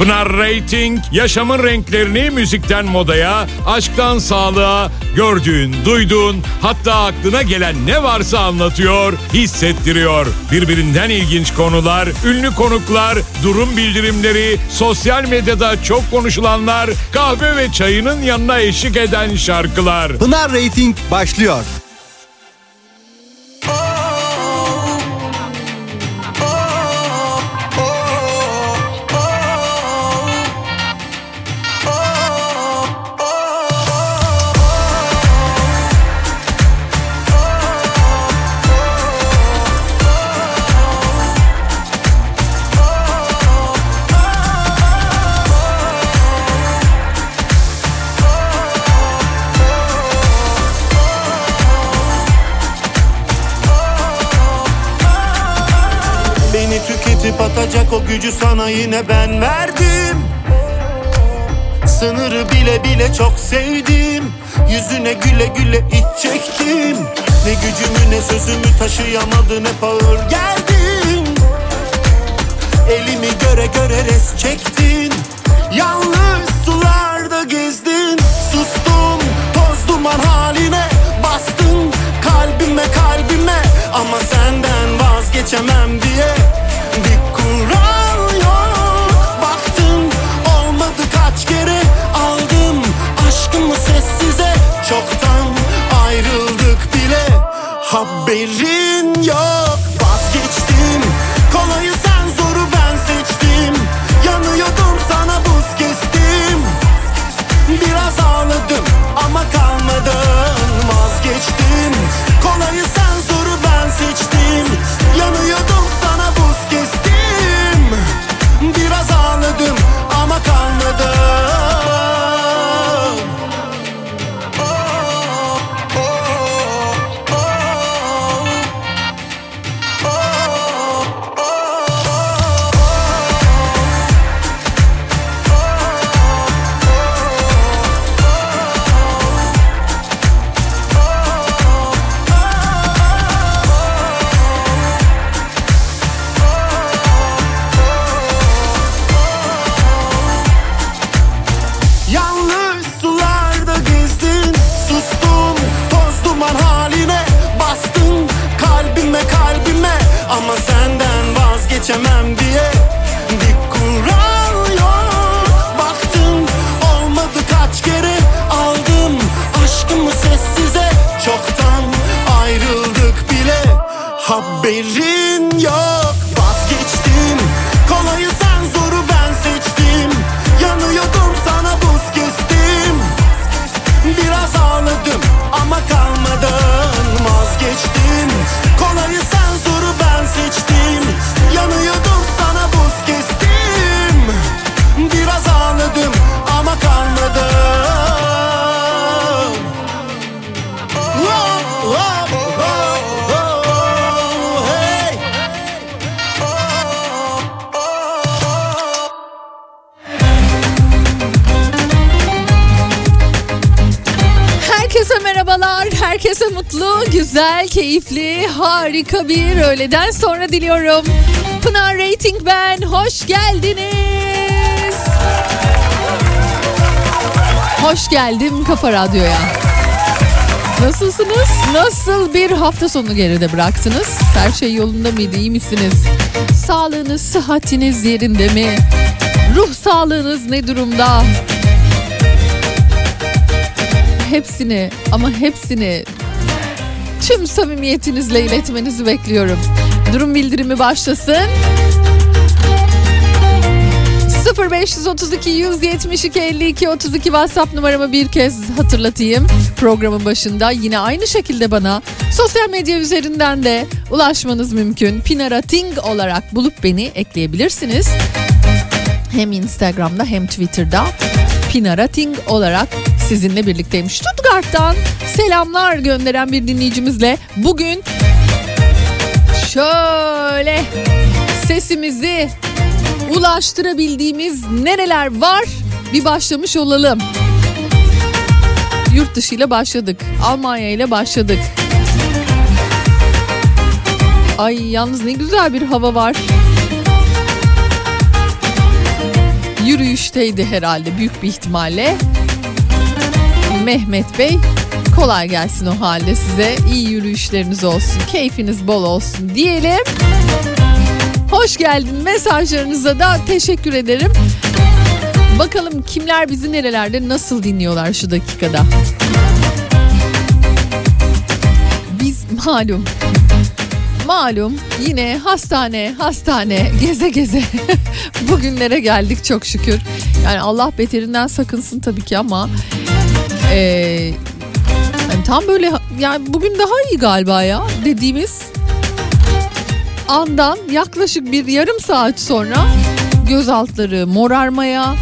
Pınar Rating, yaşamın renklerini müzikten modaya, aşktan sağlığa, gördüğün, duyduğun, hatta aklına gelen ne varsa anlatıyor, hissettiriyor. Birbirinden ilginç konular, ünlü konuklar, durum bildirimleri, sosyal medyada çok konuşulanlar, kahve ve çayının yanına eşlik eden şarkılar. Pınar Rating başlıyor. Atacak o gücü sana yine ben verdim. Sınırı bile bile çok sevdim. Yüzüne güle güle iç çektim. Ne gücümü ne sözümü taşıyamadın, hep ağır geldin. Elimi göre göre res çektin. Yalnız sularda gezdin. Sustum toz duman haline, bastın kalbime kalbime. Ama senden vazgeçemem diye bir kural yok. Baktın olmadı kaç kere, aldım aşkımı sessize. Çoktan ayrıldık bile, haberin yok. Vazgeçtim, kolayı sen zoru ben seçtim. Yanıyordum sana buz kestim. Biraz ağladım ama kalmadım. Vazgeçtim, kolayı sen zoru ben seçtim. Yanıyordum sana buz kestim. Biraz ağladım ama kalmadım. Ama senden vazgeçemem diye bir kural yok. Baktın olmadı kaç kere, aldım aşkımı sessize. Çoktan ayrıldık bile, haberin yok. Vazgeçtim, kolayı sen zoru ben seçtim. Yanıyordum sana buz kestim. Biraz ağladım ama kalmadım. Vazgeçtim, kolayı sen zoru ben seçtim. Yanıyordum sana buz kestim. Biraz ağladım ama kalmadım. Oh, oh, oh, oh, oh, hey. Herkese merhabalar, herkese mutlu, güzel, keyifli, harika bir öğleden sonra diliyorum. Pınar Rating ben, hoş geldiniz. Hoş geldim Kafa Radyo'ya. Nasılsınız? Nasıl bir hafta sonu geride bıraktınız? Her şey yolunda mıydı, iyi misiniz? Sağlığınız, sıhhatiniz yerinde mi? Ruh sağlığınız ne durumda? Hepsini ama hepsini tüm samimiyetinizle iletmenizi bekliyorum. Durum bildirimi başlasın. 0532 172 52 32 WhatsApp numaramı bir kez hatırlatayım. Programın başında yine aynı şekilde bana sosyal medya üzerinden de ulaşmanız mümkün. Pınar Rating olarak bulup beni ekleyebilirsiniz. Hem Instagram'da hem Twitter'da Pınar Rating olarak sizinle birlikteyim. Stuttgart'tan selamlar gönderen bir dinleyicimizle bugün şöyle sesimizi ulaştırabildiğimiz nereler var bir başlamış olalım. Yurt dışı ile başladık. Almanya ile başladık. Ay yalnız ne güzel bir hava var. yürüyüşteydi herhalde büyük bir ihtimalle. Mehmet Bey, kolay gelsin o halde size. İyi yürüyüşleriniz olsun, keyfiniz bol olsun diyelim. Hoş geldin mesajlarınıza da teşekkür ederim. Bakalım kimler bizi nerelerde nasıl dinliyorlar şu dakikada. Biz malum yine hastane geze bugünlere geldik çok şükür. Yani Allah beterinden sakınsın tabii ki ama yani tam böyle yani bugün daha iyi galiba ya dediğimiz andan yaklaşık bir yarım saat sonra göz altları morarmaya,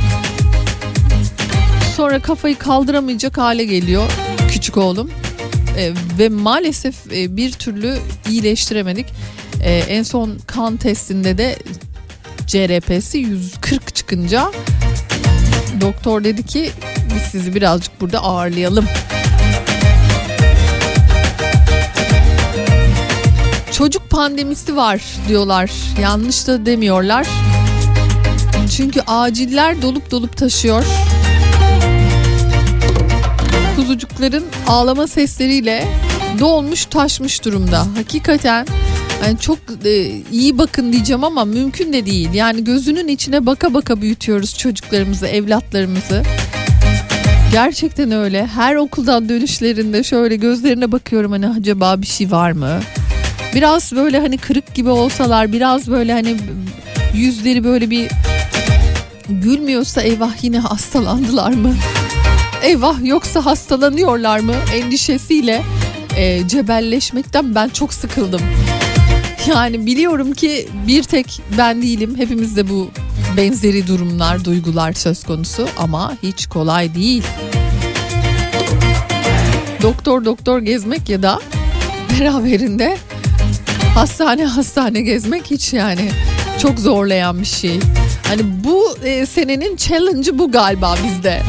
sonra kafayı kaldıramayacak hale geliyor küçük oğlum. Ve maalesef bir türlü iyileştiremedik. En son kan testinde de CRP'si 140 çıkınca doktor dedi ki biz sizi birazcık burada ağırlayalım. Çocuk pandemisi var diyorlar. Yanlış da demiyorlar. Çünkü aciller dolup taşıyor. Kuzucukların ağlama sesleriyle dolmuş taşmış durumda. Hakikaten yani çok iyi bakın diyeceğim ama mümkün de değil. Yani gözünün içine baka büyütüyoruz çocuklarımızı, evlatlarımızı. Gerçekten öyle. Her okuldan dönüşlerinde şöyle gözlerine bakıyorum, hani acaba bir şey var mı? Biraz böyle hani kırık gibi olsalar, biraz böyle hani yüzleri böyle bir gülmüyorsa eyvah yine hastalandılar mı? Eyvah yoksa hastalanıyorlar mı endişesiyle cebelleşmekten ben çok sıkıldım. Yani biliyorum ki bir tek ben değilim, hepimizde bu benzeri durumlar, duygular söz konusu ama hiç kolay değil. Doktor gezmek ya da beraberinde hastane gezmek hiç yani çok zorlayan bir şey. Hani bu senenin challenge'ı bu galiba bizde.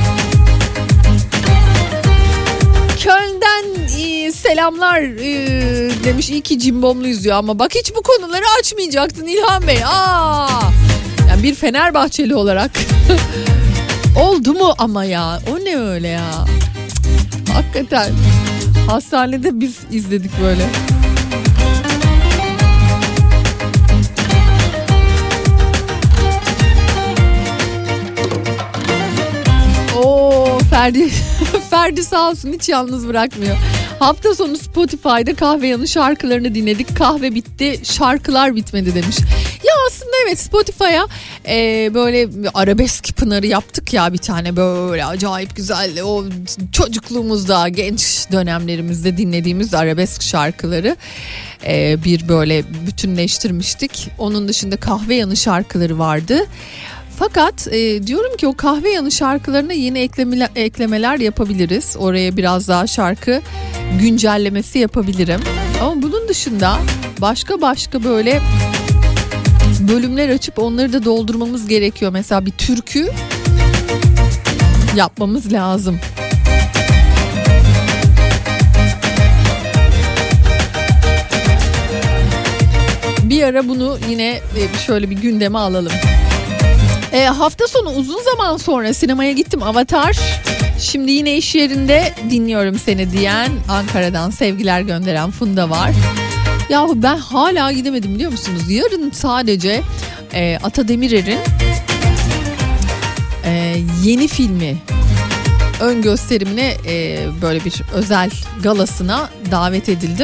Köln'den selamlar demiş, iyi ki cimbomluyuz diyor ama bak hiç bu konuları açmayacaktın İlhan Bey. Yani bir Fenerbahçeli olarak oldu mu ama ya, o ne öyle ya. Hakikaten hastanede biz izledik böyle. Ferdi sağ olsun hiç yalnız bırakmıyor. Hafta sonu Spotify'da kahve yanı şarkılarını dinledik. Kahve bitti, şarkılar bitmedi demiş. Ya aslında evet, Spotify'a böyle arabesk pınarı yaptık ya bir tane, böyle acayip güzel, o çocukluğumuzda, genç dönemlerimizde dinlediğimiz arabesk şarkıları bir böyle bütünleştirmiştik. Onun dışında kahve yanı şarkıları vardı. Fakat diyorum ki o kahve yanı şarkılarına yeni eklemeler yapabiliriz. Oraya biraz daha şarkı güncellemesi yapabilirim. Ama bunun dışında başka böyle bölümler açıp onları da doldurmamız gerekiyor. Mesela bir türkü yapmamız lazım. Bir ara bunu yine şöyle bir gündeme alalım. Hafta sonu uzun zaman sonra sinemaya gittim, Avatar. Şimdi yine iş yerinde dinliyorum seni diyen, Ankara'dan sevgiler gönderen Funda var. Yahu ben hala gidemedim biliyor musunuz? Yarın sadece Ata Demirer'in yeni filmi ön gösterimine böyle bir özel galasına davet edildim.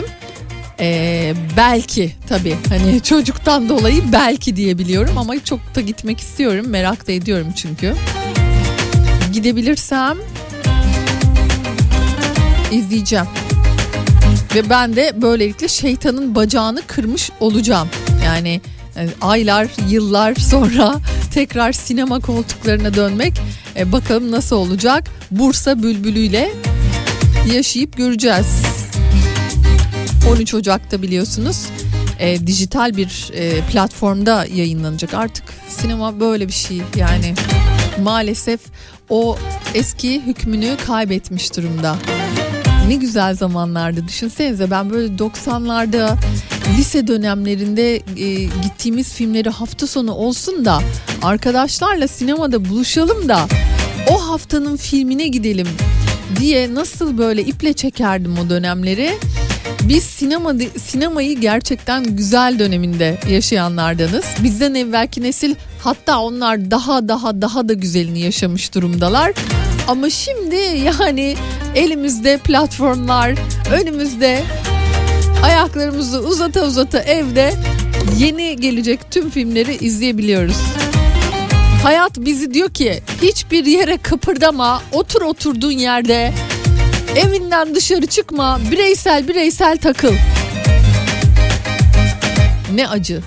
Belki tabii hani çocuktan dolayı belki diyebiliyorum ama çok da gitmek istiyorum, merak da ediyorum çünkü. Gidebilirsem izleyeceğim ve ben de böylelikle şeytanın bacağını kırmış olacağım. Yani aylar, yıllar sonra tekrar sinema koltuklarına dönmek, bakalım nasıl olacak. Bursa Bülbülü'yle yaşayıp göreceğiz. 13 Ocak'ta biliyorsunuz dijital bir platformda yayınlanacak. Artık sinema böyle bir şey yani, maalesef o eski hükmünü kaybetmiş durumda. Ne güzel zamanlardı, düşünsenize, ben böyle 90'larda lise dönemlerinde gittiğimiz filmleri hafta sonu olsun da arkadaşlarla sinemada buluşalım da o haftanın filmine gidelim diye nasıl böyle iple çekerdim o dönemleri. Biz sinemayı gerçekten güzel döneminde yaşayanlardanız. Bizden evvelki nesil, hatta onlar daha da güzelini yaşamış durumdalar. Ama şimdi yani elimizde platformlar, önümüzde ayaklarımızı uzata evde yeni gelecek tüm filmleri izleyebiliyoruz. Hayat bizi diyor ki hiçbir yere kıpırdama, otur oturduğun yerde, evinden dışarı çıkma, bireysel takıl. Ne acı.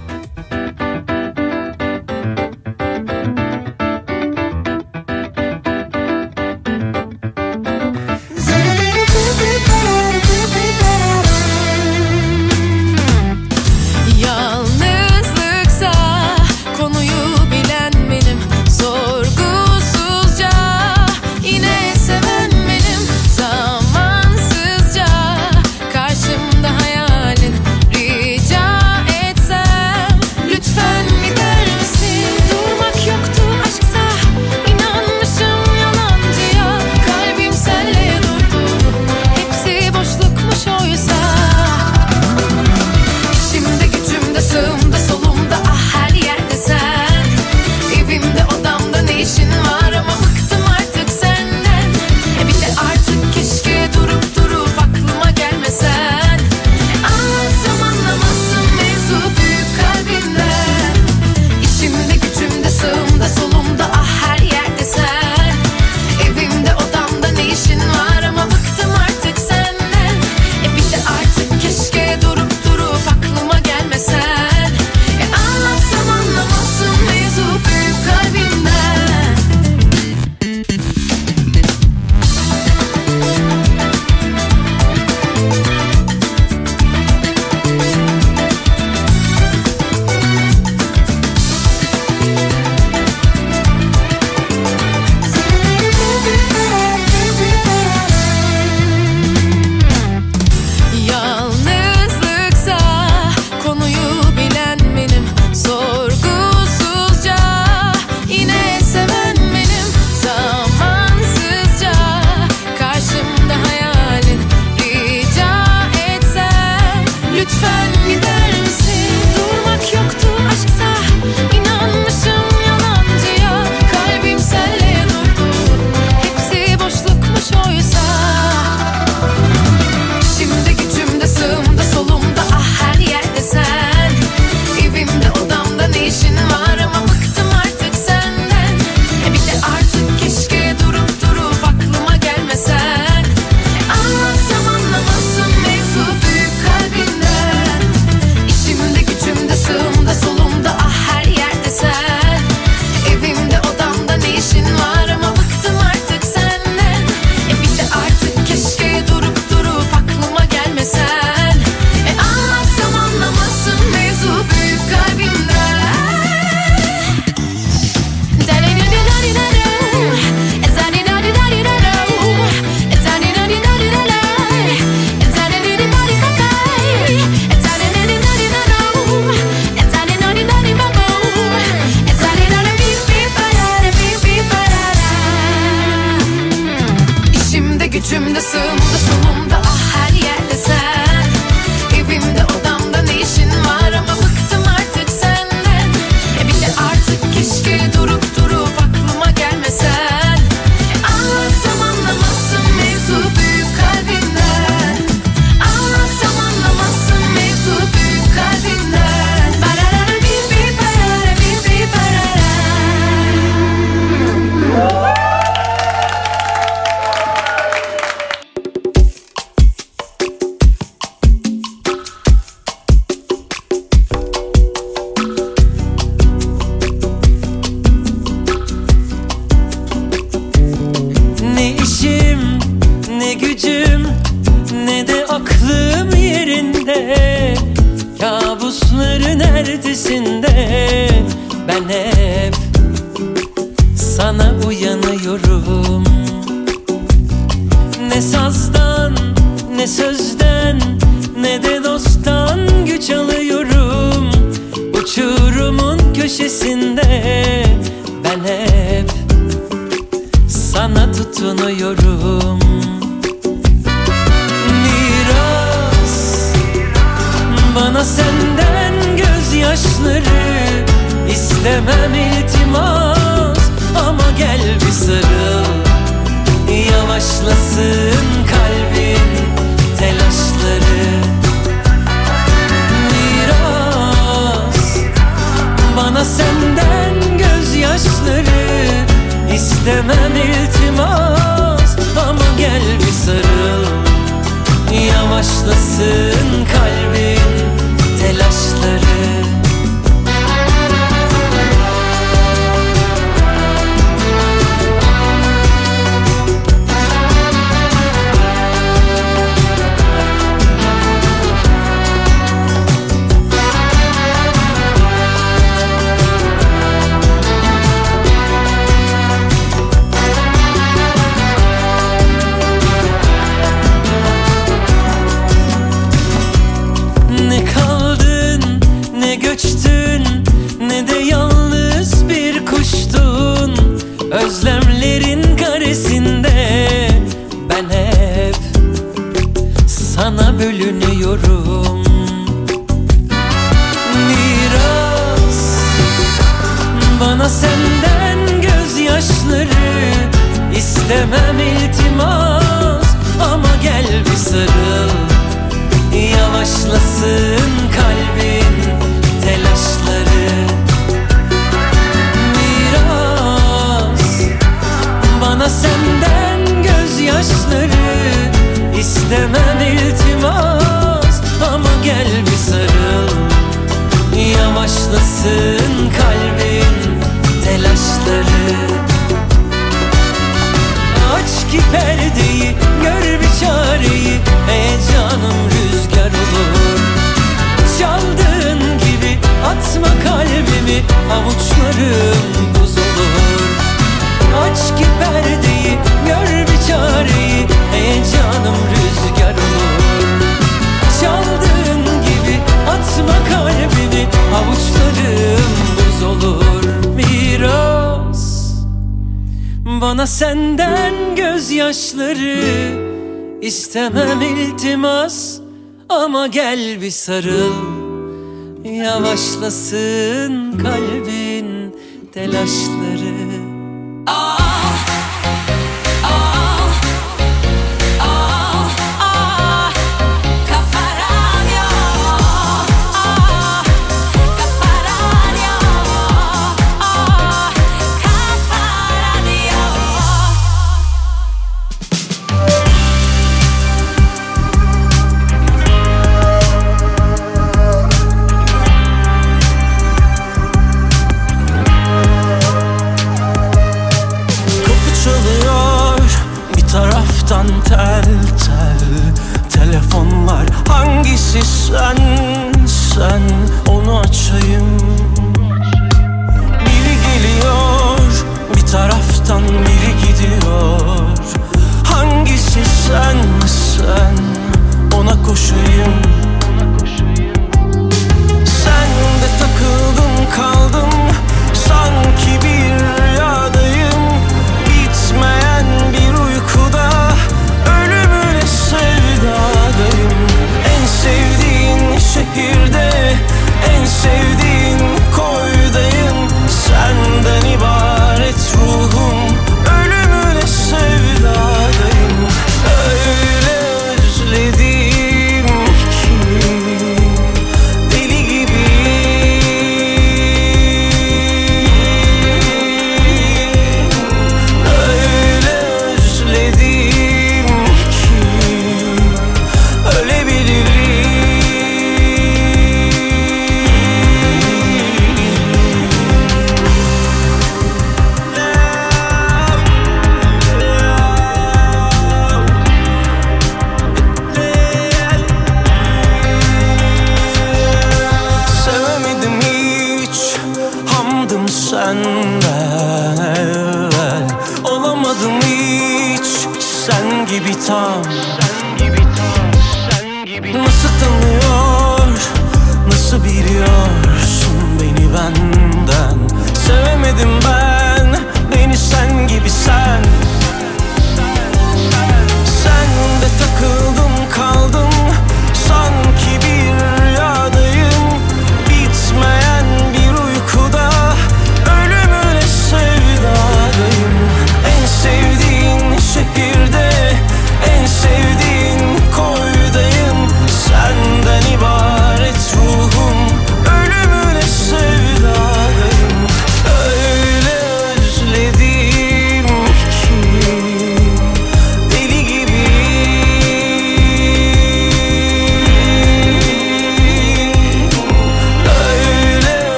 Gücümde sığımda solumda ah her yerde sen. Evimde odamda ne işin var ama bıktım artık senden. Bir de artık keşke durup aklıma gelmesen. Anlatsam anlamazsın mevzu büyük kalbinden. Anlatsam anlamazsın mevzu büyük kalbinden. Barara bir barara bir barara. Ne işim, ne gücüm, ne de aklım yerinde. Kabusların ertesinde ben hep sana uyanıyorum. Ne sazdan, ne sözden, ne de dosttan güç alır. köşesinde ben hep sana tutunuyorum. Miras bana senden gözyaşları, istemem iltimas ama gel bir sarıl. Yavaşlasın kalbin telaşları. Miras bana senden gözyaşları, istemem iltimas ama gel bir sarıl. Yavaşlasın kalbin telaşları. Ne kaldın, ne göçtün, ne de yalnız bir kuştun. Özlemlerin karesinde ben hep sana bölünüyorum. Miras bana senden gözyaşları, istemem iltimas ama gel bir sarıl. Yavaşlasın kalbin telaşları. Miras bana senden gözyaşları, istemem iltimas ama gel bir sarıl. Yavaşlasın kalbin telaşları. Aç ki perdeyi, gör bir çareyi, heyecanım rüzgar olur. Çaldığın gibi atma kalbimi, avuçlarım buz olur. Aç ki perdeyi, gör bir çareyi, heyecanım rüzgar olur. Çaldığın gibi atma kalbimi, avuçlarım buz olur. Miras bana senden gözyaşları, istemem iltimas ama gel bir sarıl. Yavaşlasın kalbin telaşları.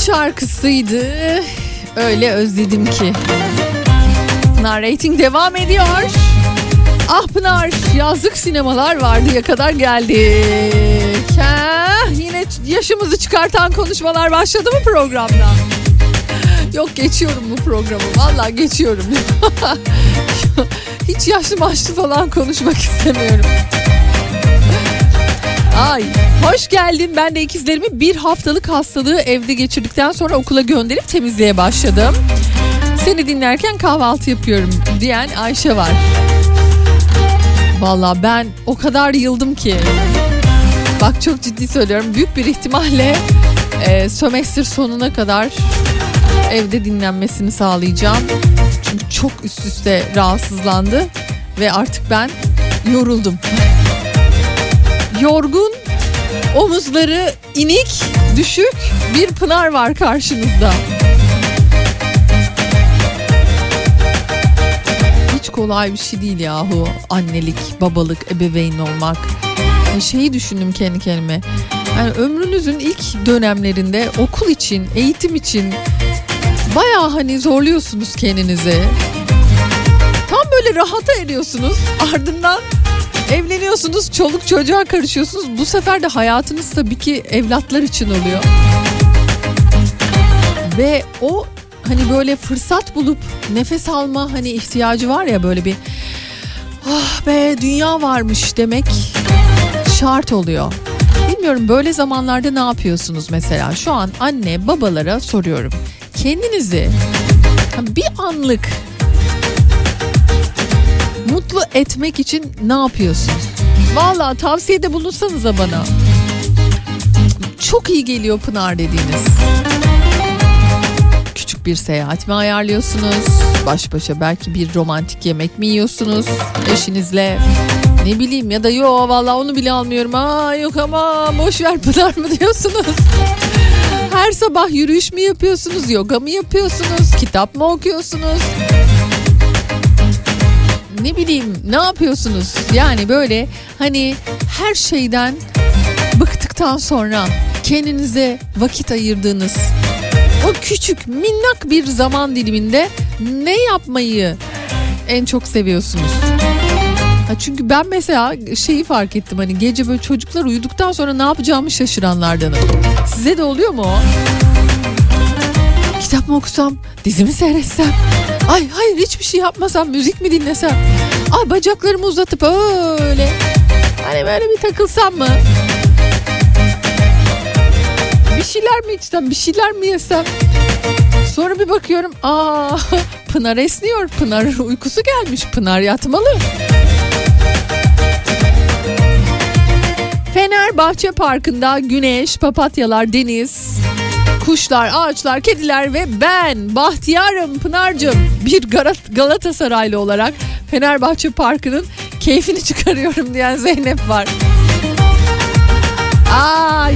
şarkısıydı. Öyle özledim ki. Pınar Rating devam ediyor. Ah Pınar, yazlık sinemalar vardıya kadar geldik. Yine yaşımızı çıkartan konuşmalar başladı mı programda? Yok, geçiyorum bu programı. Vallahi geçiyorum. Hiç yaşlı başlı falan konuşmak istemiyorum. Ay, hoş geldin. Ben de ikizlerimi bir haftalık hastalığı evde geçirdikten sonra okula gönderip temizliğe başladım. Seni dinlerken kahvaltı yapıyorum diyen Ayşe var. Vallahi ben o kadar yıldım ki. Bak, çok ciddi söylüyorum. Büyük bir ihtimalle sömestr sonuna kadar evde dinlenmesini sağlayacağım. Çünkü çok üst üste rahatsızlandı ve artık ben yoruldum. Yorgun, omuzları inik, düşük bir Pınar var karşınızda. Hiç kolay bir şey değil yahu. Annelik, babalık, ebeveyn olmak. Şeyi düşündüm kendi kendime. Yani ömrünüzün ilk dönemlerinde okul için, eğitim için bayağı hani zorluyorsunuz kendinizi. Tam böyle rahata eriyorsunuz. Ardından evleniyorsunuz, çoluk çocuğa karışıyorsunuz. Bu sefer de hayatınız tabii ki evlatlar için oluyor. Ve o hani böyle fırsat bulup nefes alma hani ihtiyacı var ya, böyle bir ah be dünya varmış demek şart oluyor. Bilmiyorum, böyle zamanlarda ne yapıyorsunuz mesela? Şu an anne babalara soruyorum. Kendinizi bir anlık mutlu etmek için ne yapıyorsunuz? Vallahi tavsiyede bulunsanıza bana. Çok iyi geliyor Pınar dediğiniz. Küçük bir seyahat mi ayarlıyorsunuz? Baş başa belki bir romantik yemek mi yiyorsunuz eşinizle? Ne bileyim, ya da yo vallahi onu bile almıyorum. Yok ama boş ver Pınar mı diyorsunuz? Her sabah yürüyüş mü yapıyorsunuz? Yoga mı yapıyorsunuz? Kitap mı okuyorsunuz? Ne bileyim, ne yapıyorsunuz? Yani böyle hani her şeyden bıktıktan sonra kendinize vakit ayırdığınız o küçük minnak bir zaman diliminde ne yapmayı en çok seviyorsunuz? Çünkü ben mesela şeyi fark ettim, hani gece böyle çocuklar uyuduktan sonra ne yapacağımı şaşıranlardanım. Size de oluyor mu o? Kitap mı okusam, dizi mi seyretsem? Ay hayır, hiçbir şey yapmasam, müzik mi dinlesem? Ay bacaklarımı uzatıp öyle hani böyle bir takılsam mı? Bir şeyler mi içsem, bir şeyler mi yesem? Sonra bir bakıyorum, Pınar esniyor, Pınar uykusu gelmiş, Pınar yatmalı. Fenerbahçe Parkı'nda güneş, papatyalar, deniz, kuşlar, ağaçlar, kediler ve ben Bahtiyar'ım Pınar'cığım. Bir Galatasaraylı olarak Fenerbahçe Parkı'nın keyfini çıkarıyorum diyen Zeynep var. Ay.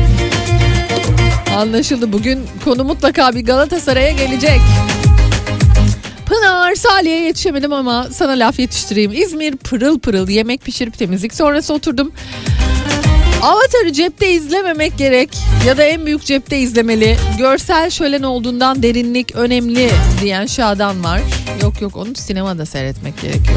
Anlaşıldı, bugün konu mutlaka bir Galatasaray'a gelecek. Pınar, Salih'e yetişemedim ama sana laf yetiştireyim. İzmir pırıl pırıl, yemek pişirip temizlik sonrası oturdum. Avatar'ı cepte izlememek gerek ya da en büyük cepte izlemeli. Görsel şölen olduğundan derinlik önemli diyen Şadan var. Yok onu sinemada seyretmek gerekiyor.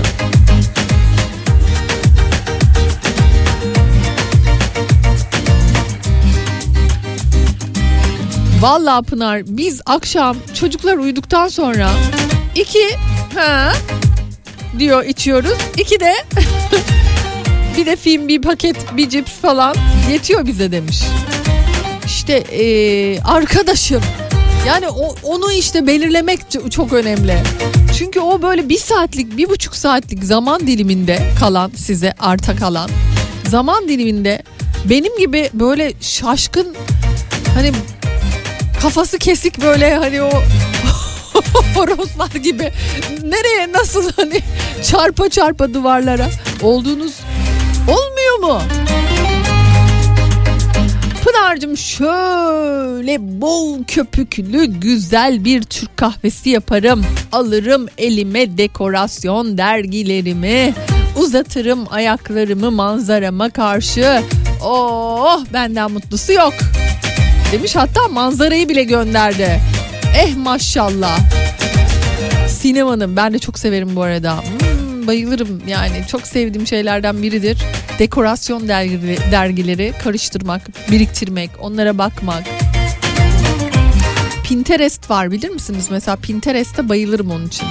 Vallahi Pınar, biz akşam çocuklar uyuduktan sonra 2 diyor içiyoruz. 2 de bir de film, bir paket, bir cips falan yetiyor bize demiş. İşte arkadaşım, yani onu işte belirlemek çok önemli. Çünkü o böyle 1 saatlik, 1,5 saatlik zaman diliminde kalan, size arta kalan zaman diliminde benim gibi böyle şaşkın, hani kafası kesik, böyle hani o horozlar gibi nereye nasıl hani çarpa duvarlara olduğunuz olmuyor mu? Pınar'cığım, şöyle bol köpüklü güzel bir Türk kahvesi yaparım. Alırım elime dekorasyon dergilerimi, uzatırım ayaklarımı manzarama karşı. Oh, benden mutlusu yok. demiş. Hatta manzarayı bile gönderdi. Maşallah. Sinem Hanım, ben de çok severim bu arada. Bayılırım yani, çok sevdiğim şeylerden biridir. Dekorasyon dergileri karıştırmak, biriktirmek, onlara bakmak. Pinterest var, bilir misiniz? Mesela Pinterest'e bayılırım onun için.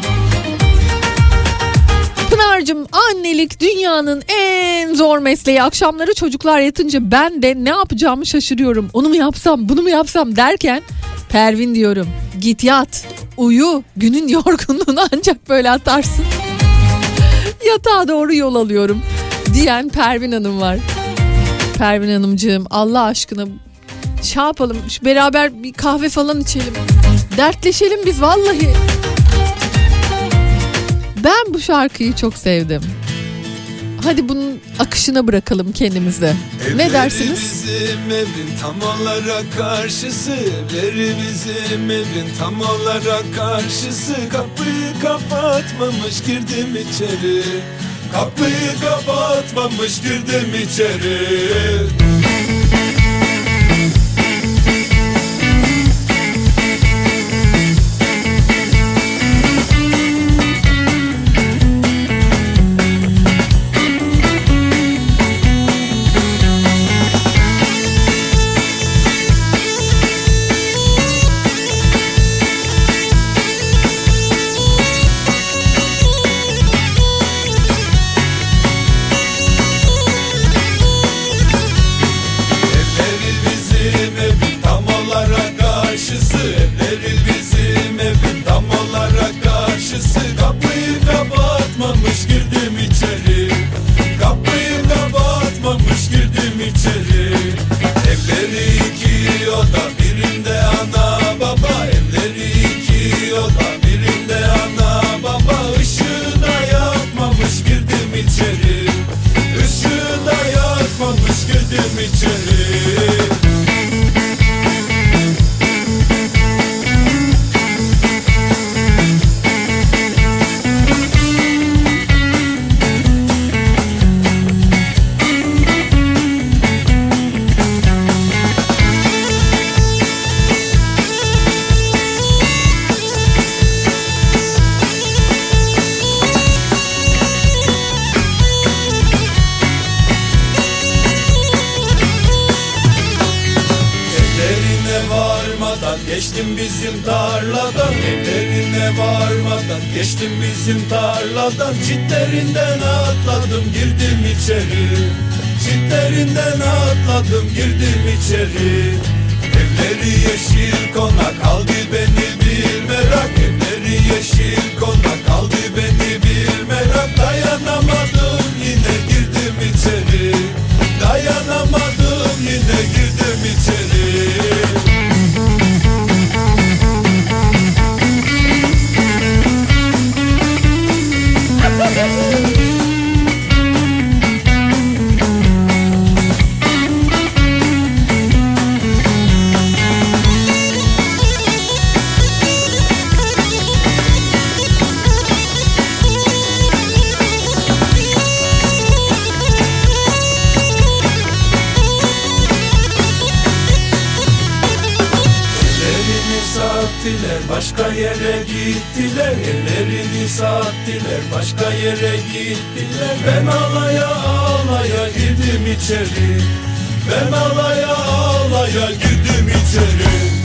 Pınar'cığım, annelik dünyanın en zor mesleği. Akşamları çocuklar yatınca ben de ne yapacağımı şaşırıyorum. Onu mu yapsam, bunu mu yapsam derken Pervin diyorum, git yat, uyu, günün yorgunluğunu ancak böyle atarsın. Yatağa doğru yol alıyorum diyen Pervin Hanım var. Pervin Hanımcığım, Allah aşkına şey yapalım, beraber bir kahve falan içelim, dertleşelim biz vallahi. Ben bu şarkıyı çok sevdim. Hadi bunun akışına bırakalım kendimizi. Ne dersiniz? Bizim evin tam olarak karşısı, evleri bizim evin tam olarak karşısı. Kapıyı kapatmamış girdim içeri, kapıyı kapatmamış girdim içeri. Kapıyı kapatmamış girdim içeri, kapıyı kapatmamış girdim içeri. Evleri iki oda, birinde ana baba, evleri iki oda, birinde ana baba. Işığına yakmamış girdim içeri, ışığına yakmamış girdim içeri. Geçtim bizim tarladan, evlerine varmadan geçtim bizim tarladan. Çitlerinden atladım girdim içeri, çitlerinden atladım girdim içeri. Evleri yeşil konak, kaldı beni bir merak. Evleri yeşil konak, kaldı beni bir merak. Dayanamadım yine girdim içeri, dayanamadım yine girdim içeri. Başka yere gittiler, ellerini sattılar, başka yere gittiler. Ben ağlaya ağlaya girdim içeri, ben ağlaya ağlaya girdim içeri.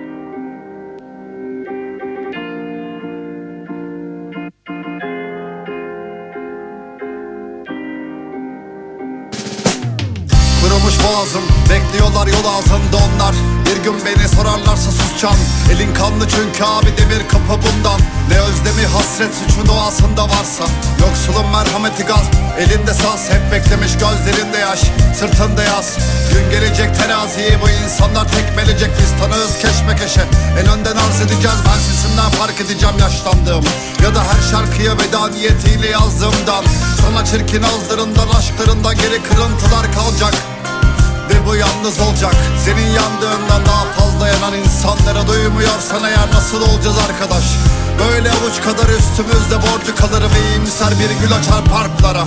Kurumuş boğazım, bekliyorlar yol ağzında onlar. Bir gün beni sorarlarsa susacağım. Elin kanlı çünkü abi, demir kapı bundan. Ne özlemi hasret suçun doğasında varsa. Yoksulun merhameti gasp, elinde saz. Hep beklemiş gözlerinde yaş, sırtında yaz. Gün gelecek teraziyi bu insanlar tekmelecek. Biz tanığız keşmekeşe, en önden arz edeceğiz. Ben sesimden fark edeceğim yaşlandığım, ya da her şarkıya veda niyetiyle yazdığımdan. Sana çirkin ağızlarından, aşklarından geri kırıntılar kalacak. Ve bu yalnız olacak. Senin yandığından daha fazla yanan insanlara duymuyorsan eğer nasıl olacağız arkadaş? Böyle avuç kadar üstümüzde borcu kalır ve iyimser bir gül açar parklara.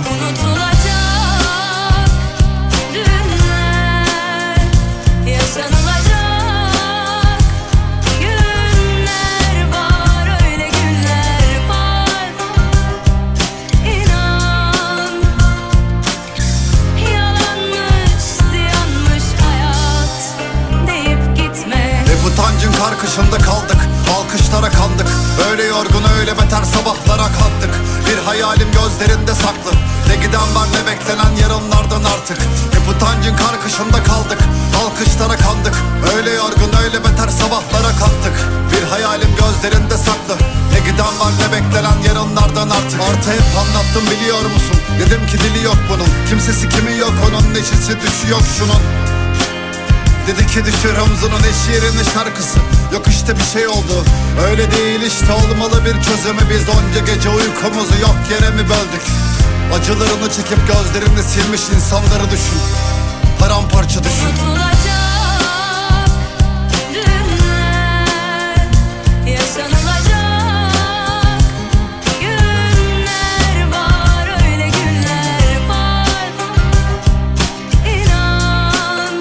Unutulacak günler, yaşanılacak karkışında kaldık, alkışlara kandık. Öyle yorgun öyle beter sabahlara kalktık. Bir hayalim gözlerinde saklı, ne giden var ne beklenen yarınlardan artık. Hep utancın karkışında kaldık, alkışlara kandık. Öyle yorgun öyle beter sabahlara kalktık. Bir hayalim gözlerinde saklı, ne giden var ne beklenen yarınlardan artık. Artı hep anlattım biliyor musun, dedim ki dili yok bunun. Kimsesi kimi yok onun, neşesi düşü yok şunun. Dedi ki düşür omzunun eş yerine şarkısı. Yok işte bir şey oldu, öyle değil işte olmalı bir çözümü. Biz onca gece uykumuzu yok yere mi böldük? Acılarını çekip gözlerini silmiş insanları düşün, paramparça düşün. Unutulacak günler, yaşanılacak günler var, öyle günler var. İnan,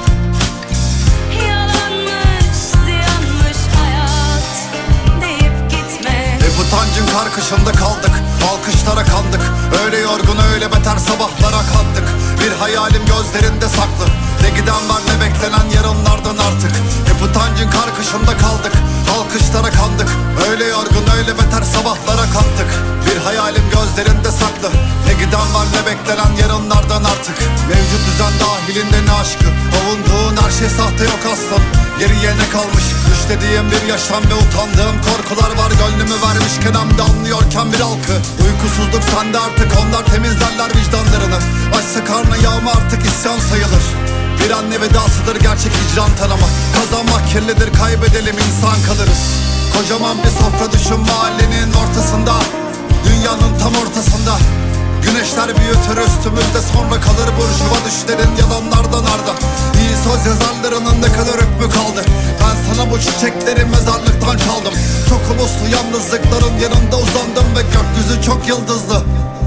yalanmış, ziyanmış hayat deyip gitme. Hep utancın karkışında kaldık, alkışlara kandık. Öyle yorgun öyle beter sabahlara kalktık. Bir hayalim gözlerinde saklı, ne giden var ne beklenen yarınlardan artık. Hep utancın karkışında kaldık, alkışlara kandık. Öyle yorgun öyle beter sabahlara kalktık. Bir hayalim gözlerinde saklı, ne giden var ne beklenen yarınlardan artık. Mevcut düzen dahilinde ne aşkı, avunduğun her şey sahte yok aslan. Geriye ne kalmış, düşlediğim bir yaşam ve utandığım korkular var. Gönlümü vermişken hem de anlıyorken bir halkı. Uykusuzluk sende artık, onlar temizlerler vicdanlarını. Açsa karnı yağma artık isyan sayılır. Bir anne vedasıdır gerçek hicran tanıma. Kazanmak kirlidir, kaybedelim insan kalırız. Kocaman bir sofra düşün mahallenin ortasında, dünyanın tam ortasında. Güneşler büyütür üstümüzde, sonra kalır burjuva düşlerin yalanlardan arda. İyi söz yazarlarının ne kadar hükmü kaldı. Ben sana bu çiçekleri mezarlıktan çaldım. Çok uluslu yalnızlıkların yanında uzandım ve gökyüzü çok yıldızlı.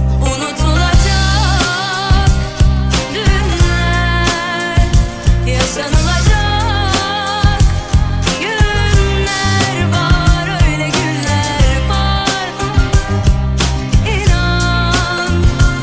Unutulacak günler, yaşanılacak günler var, öyle günler var. İnan,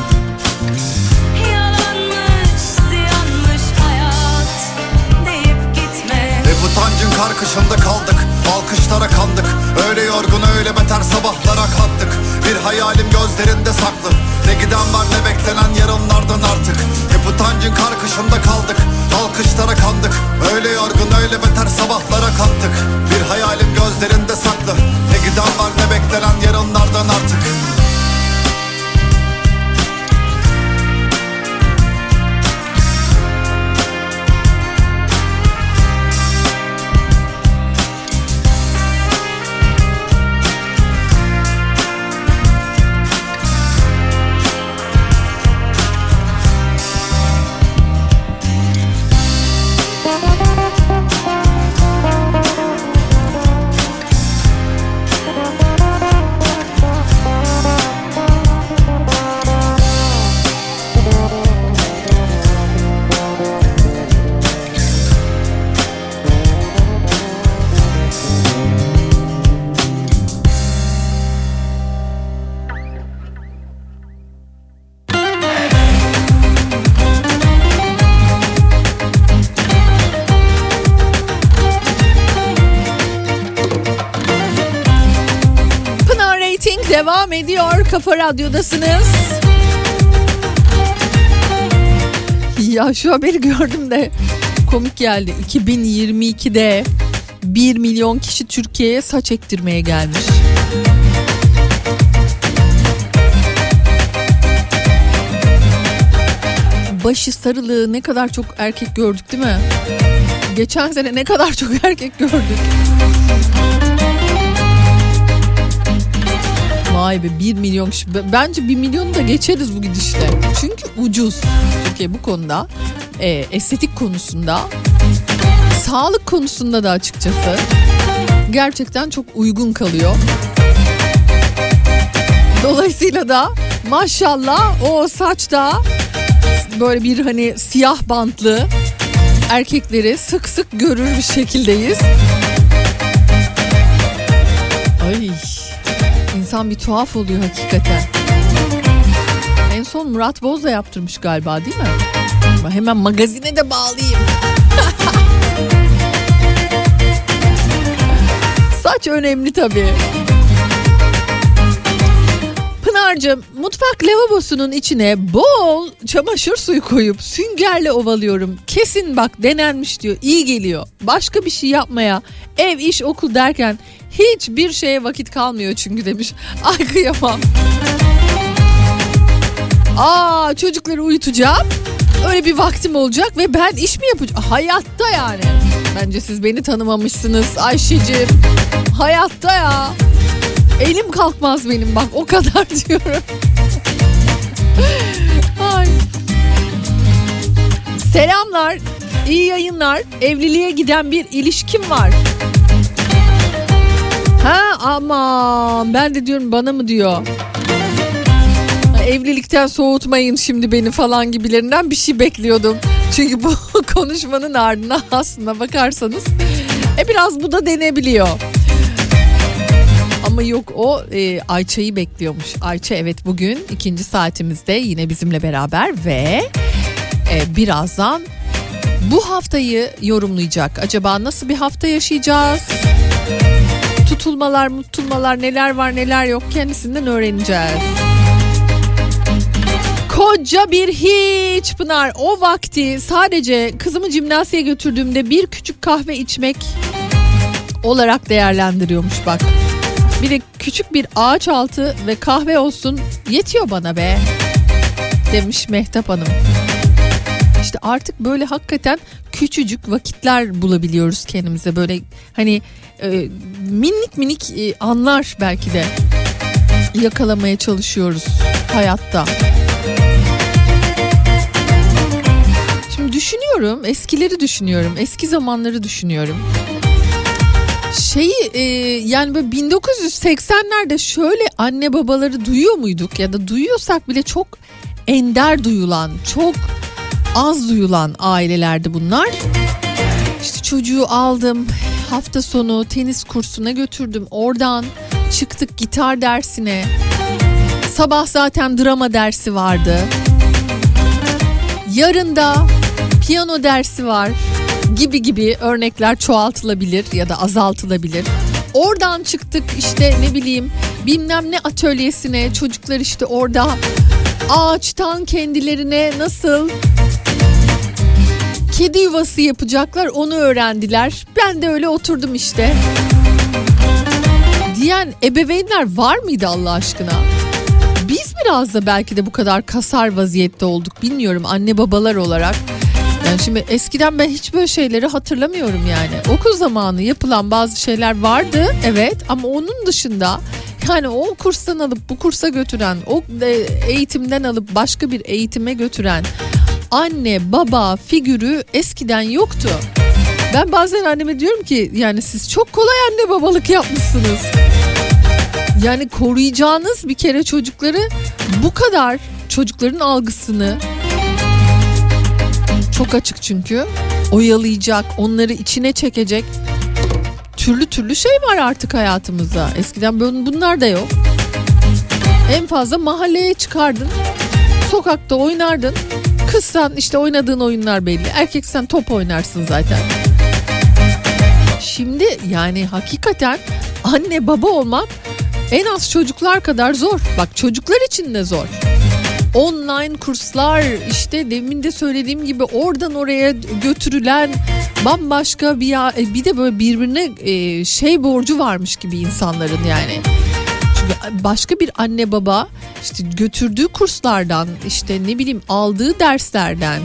yalanmış, ziyanmış hayat deyip gitme. Hep utancın karkışında kaldık, alkışlara kandık. Öyle yorgun öyle beter sabahlara kalktık. Bir hayalim gözlerinde saklı, ne giden var ne beklenen yarınlardan artık. Hep utancın karkışında kaldık, alkışlara kandık. Öyle yorgun öyle beter sabahlara kalktık. Bir hayalim gözlerinde saklı, ne giden var ne beklenen yarınlardan artık. devam ediyor. Kafa Radyo'dasınız. Ya şu haberi gördüm de komik geldi. 2022'de 1 milyon kişi Türkiye'ye saç ektirmeye gelmiş. Başı sarılı ne kadar çok erkek gördük değil mi? Geçen sene ne kadar çok erkek gördük. Vay be, 1 milyon kişi. Bence 1 milyonu da geçeriz bu gidişle. Çünkü ucuz. Türkiye bu konuda estetik konusunda, sağlık konusunda da açıkçası gerçekten çok uygun kalıyor. Dolayısıyla da maşallah o saçta böyle bir hani siyah bantlı erkekleri sık sık görür bir şekildeyiz. Ay, insan bir tuhaf oluyor hakikaten. En son Murat Boz da yaptırmış galiba, değil mi? Hemen magazine de bağlayayım. Saç önemli tabii. Pınar'cığım, mutfak lavabosunun içine bol çamaşır suyu koyup süngerle ovalıyorum. Kesin bak denenmiş diyor, iyi geliyor. Başka bir şey yapmaya, ev, iş, okul derken hiçbir şeye vakit kalmıyor çünkü demiş. Ay kıyamam. Çocukları uyutacağım. Öyle bir vaktim olacak ve ben iş mi yapacağım? Hayatta yani. Bence siz beni tanımamışsınız Ayşe'cim. Hayatta ya. Elim kalkmaz benim, bak o kadar diyorum. Ay. Selamlar, iyi yayınlar. Evliliğe giden bir ilişkim var. Aman ben de diyorum bana mı diyor. Evlilikten soğutmayın şimdi beni falan gibilerinden bir şey bekliyordum. Çünkü bu konuşmanın ardına aslına bakarsanız biraz bu da denebiliyor. Ama yok, o Ayça'yı bekliyormuş. Ayça evet bugün 2. saatimizde yine bizimle beraber ve birazdan bu haftayı yorumlayacak. Acaba nasıl bir hafta yaşayacağız? Tutulmalar neler var neler yok kendisinden öğreneceğiz. Koca bir hiç Pınar, o vakti sadece kızımı jimnastiğe götürdüğümde bir küçük kahve içmek olarak değerlendiriyormuş bak. Bir de küçük bir ağaç altı ve kahve olsun yetiyor bana be demiş Mehtap Hanım. İşte artık böyle hakikaten küçücük vakitler bulabiliyoruz kendimize, böyle hani minik anlar belki de yakalamaya çalışıyoruz hayatta. Şimdi düşünüyorum, eskileri düşünüyorum, eski zamanları düşünüyorum. Yani böyle 1980'lerde şöyle anne babaları duyuyor muyduk ya da duyuyorsak bile çok ender duyulan, çok az duyulan ailelerdi bunlar. İşte çocuğu aldım, hafta sonu tenis kursuna götürdüm, oradan çıktık gitar dersine, sabah zaten drama dersi vardı, yarın da piyano dersi var gibi örnekler çoğaltılabilir ya da azaltılabilir. Oradan çıktık işte ne bileyim bilmem ne atölyesine, çocuklar işte orada ağaçtan kendilerine nasıl kedi yuvası yapacaklar onu öğrendiler. Ben de öyle oturdum işte. Diyen ebeveynler var mıydı Allah aşkına? Biz biraz da belki de bu kadar kasar vaziyette olduk, bilmiyorum, anne babalar olarak. Yani şimdi eskiden ben hiç böyle şeyleri hatırlamıyorum yani. Okul zamanı yapılan bazı şeyler vardı evet, ama onun dışında yani o kurstan alıp bu kursa götüren, o eğitimden alıp başka bir eğitime götüren anne baba figürü eskiden yoktu. Ben bazen anneme diyorum ki yani siz çok kolay anne babalık yapmışsınız. Yani koruyacağınız bir kere çocukları, bu kadar çocukların algısını çok açık çünkü, oyalayacak, onları içine çekecek türlü şey var artık hayatımızda. Eskiden bunlar da yok. En fazla mahalleye çıkardın, sokakta oynardın. Kızsan işte oynadığın oyunlar belli. Erkeksen top oynarsın zaten. Şimdi yani hakikaten anne baba olmak en az çocuklar kadar zor. Bak çocuklar için de zor. Online kurslar, işte demin de söylediğim gibi oradan oraya götürülen bambaşka bir de böyle birbirine borcu varmış gibi insanların yani. Çünkü başka bir anne baba işte götürdüğü kurslardan, işte ne bileyim aldığı derslerden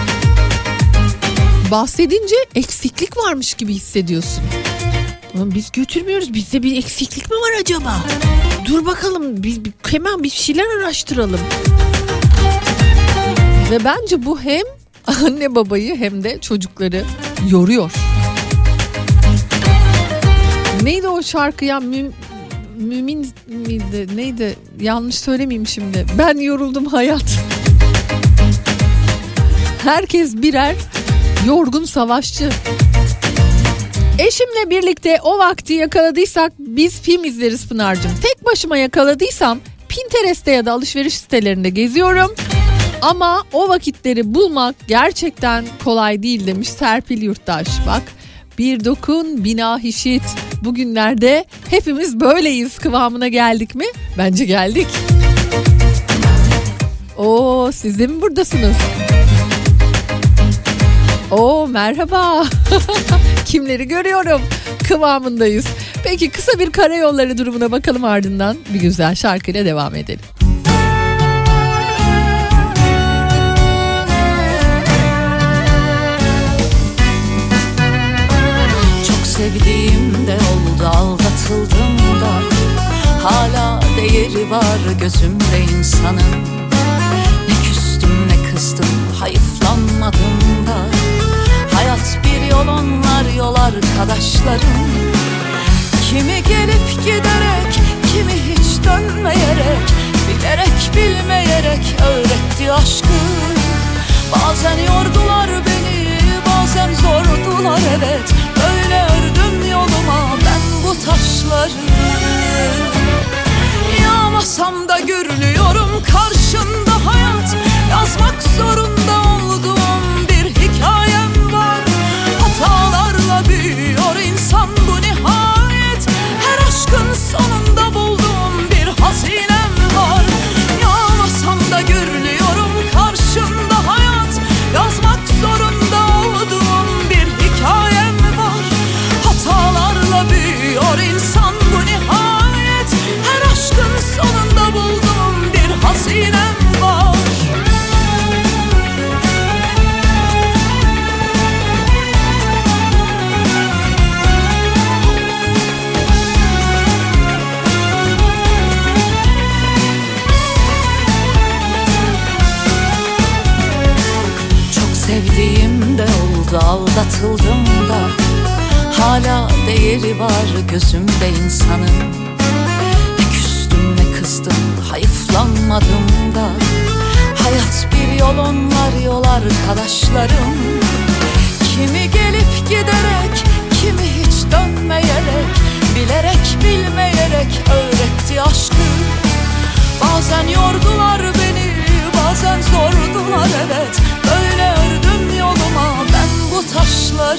bahsedince eksiklik varmış gibi hissediyorsun. Biz götürmüyoruz, bizde bir eksiklik mi var acaba? Dur bakalım, biz hemen bir şeyler araştıralım. Ve bence bu hem anne babayı hem de çocukları yoruyor. Neydi o şarkı ya? Mümin miydi? Neydi? Yanlış söylemeyeyim şimdi. Ben yoruldum hayat. Herkes birer yorgun savaşçı. Eşimle birlikte o vakti yakaladıysak biz film izleriz Pınar'cığım. Tek başıma yakaladıysam Pinterest'te ya da alışveriş sitelerinde geziyorum. Ama o vakitleri bulmak gerçekten kolay değil demiş Serpil Yurttaş. Bak, bir dokun bina hişit, bugünlerde hepimiz böyleyiz kıvamına geldik mi? Bence geldik. Oo, siz de mi buradasınız? Oo, merhaba. Kimleri görüyorum? Kıvamındayız. Peki kısa bir karayolları durumuna bakalım, ardından bir güzel şarkıyla devam edelim. Çok sevdiğim de oldu, aldatıldım da hala değeri var gözümde insanın. Ne küstüm ne kızdım, hayıflanmadım da hayat bir yol, onlar yol arkadaşlarım. Kimi gelip giderek, kimi hiç dönmeyerek, bilerek bilmeyerek öğretti aşkı. Bazen yordular beni, bazen zordular, evet. Böyle ördüm yoluma ben bu taşları. Yağmasam da gürlüyorum karşında hayat. Yazmak zorunda olduğum bir hikayem var. Hatalarla büyüyor insan bu nihayet. Her aşkın sonunda bulduğum bir hazinem var. Yağmasam da gürlüyorum karşında hayat. Yazmak zorunda olduğum bir hikayem var. Hatalarla büyüyor insan bu nihayet. Her aşkın sonunda bulduğum bir hazinem var. Sevdiğim de oldu, aldatıldım da hala değeri var gözümde insanın. Ne küstüm ne kızdım, hayıflanmadım da hayat bir yol, onlar yol arkadaşlarım. Kimi gelip giderek, kimi hiç dönmeyerek, bilerek bilmeyerek öğretti aşkı. Bazen yordular beni, bazen zordular, evet. Böyle ördüm yoluma ben bu taşları.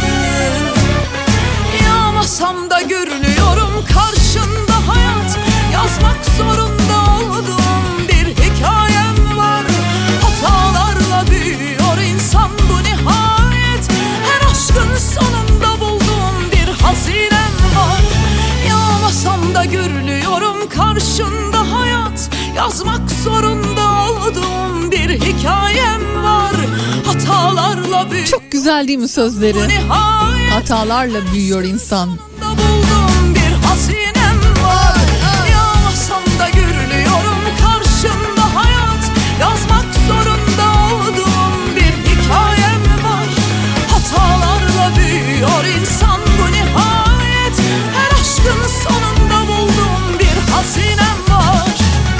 Yağmasam da gürlüyorum karşında hayat. Yazmak zorunda olduğum bir hikayem var. Hatalarla büyüyor insan bu nihayet. Her aşkın sonunda bulduğum bir hazinem var. Yağmasam da gürlüyorum karşında hayat. Yazmak zorunda olduğum bir hikayem var. Hatalarla büyüyor. Çok güzel değil mi sözleri? Hatalarla büyüyor insan. Bulduğum bir hazinem var. Yağmasam da gürlüyorum karşında hayat. Yazmak zorunda olduğum bir hikayem var. Hatalarla büyüyor insan bu nihayet. Her aşkın sonunda bulduğum bir hazinem var.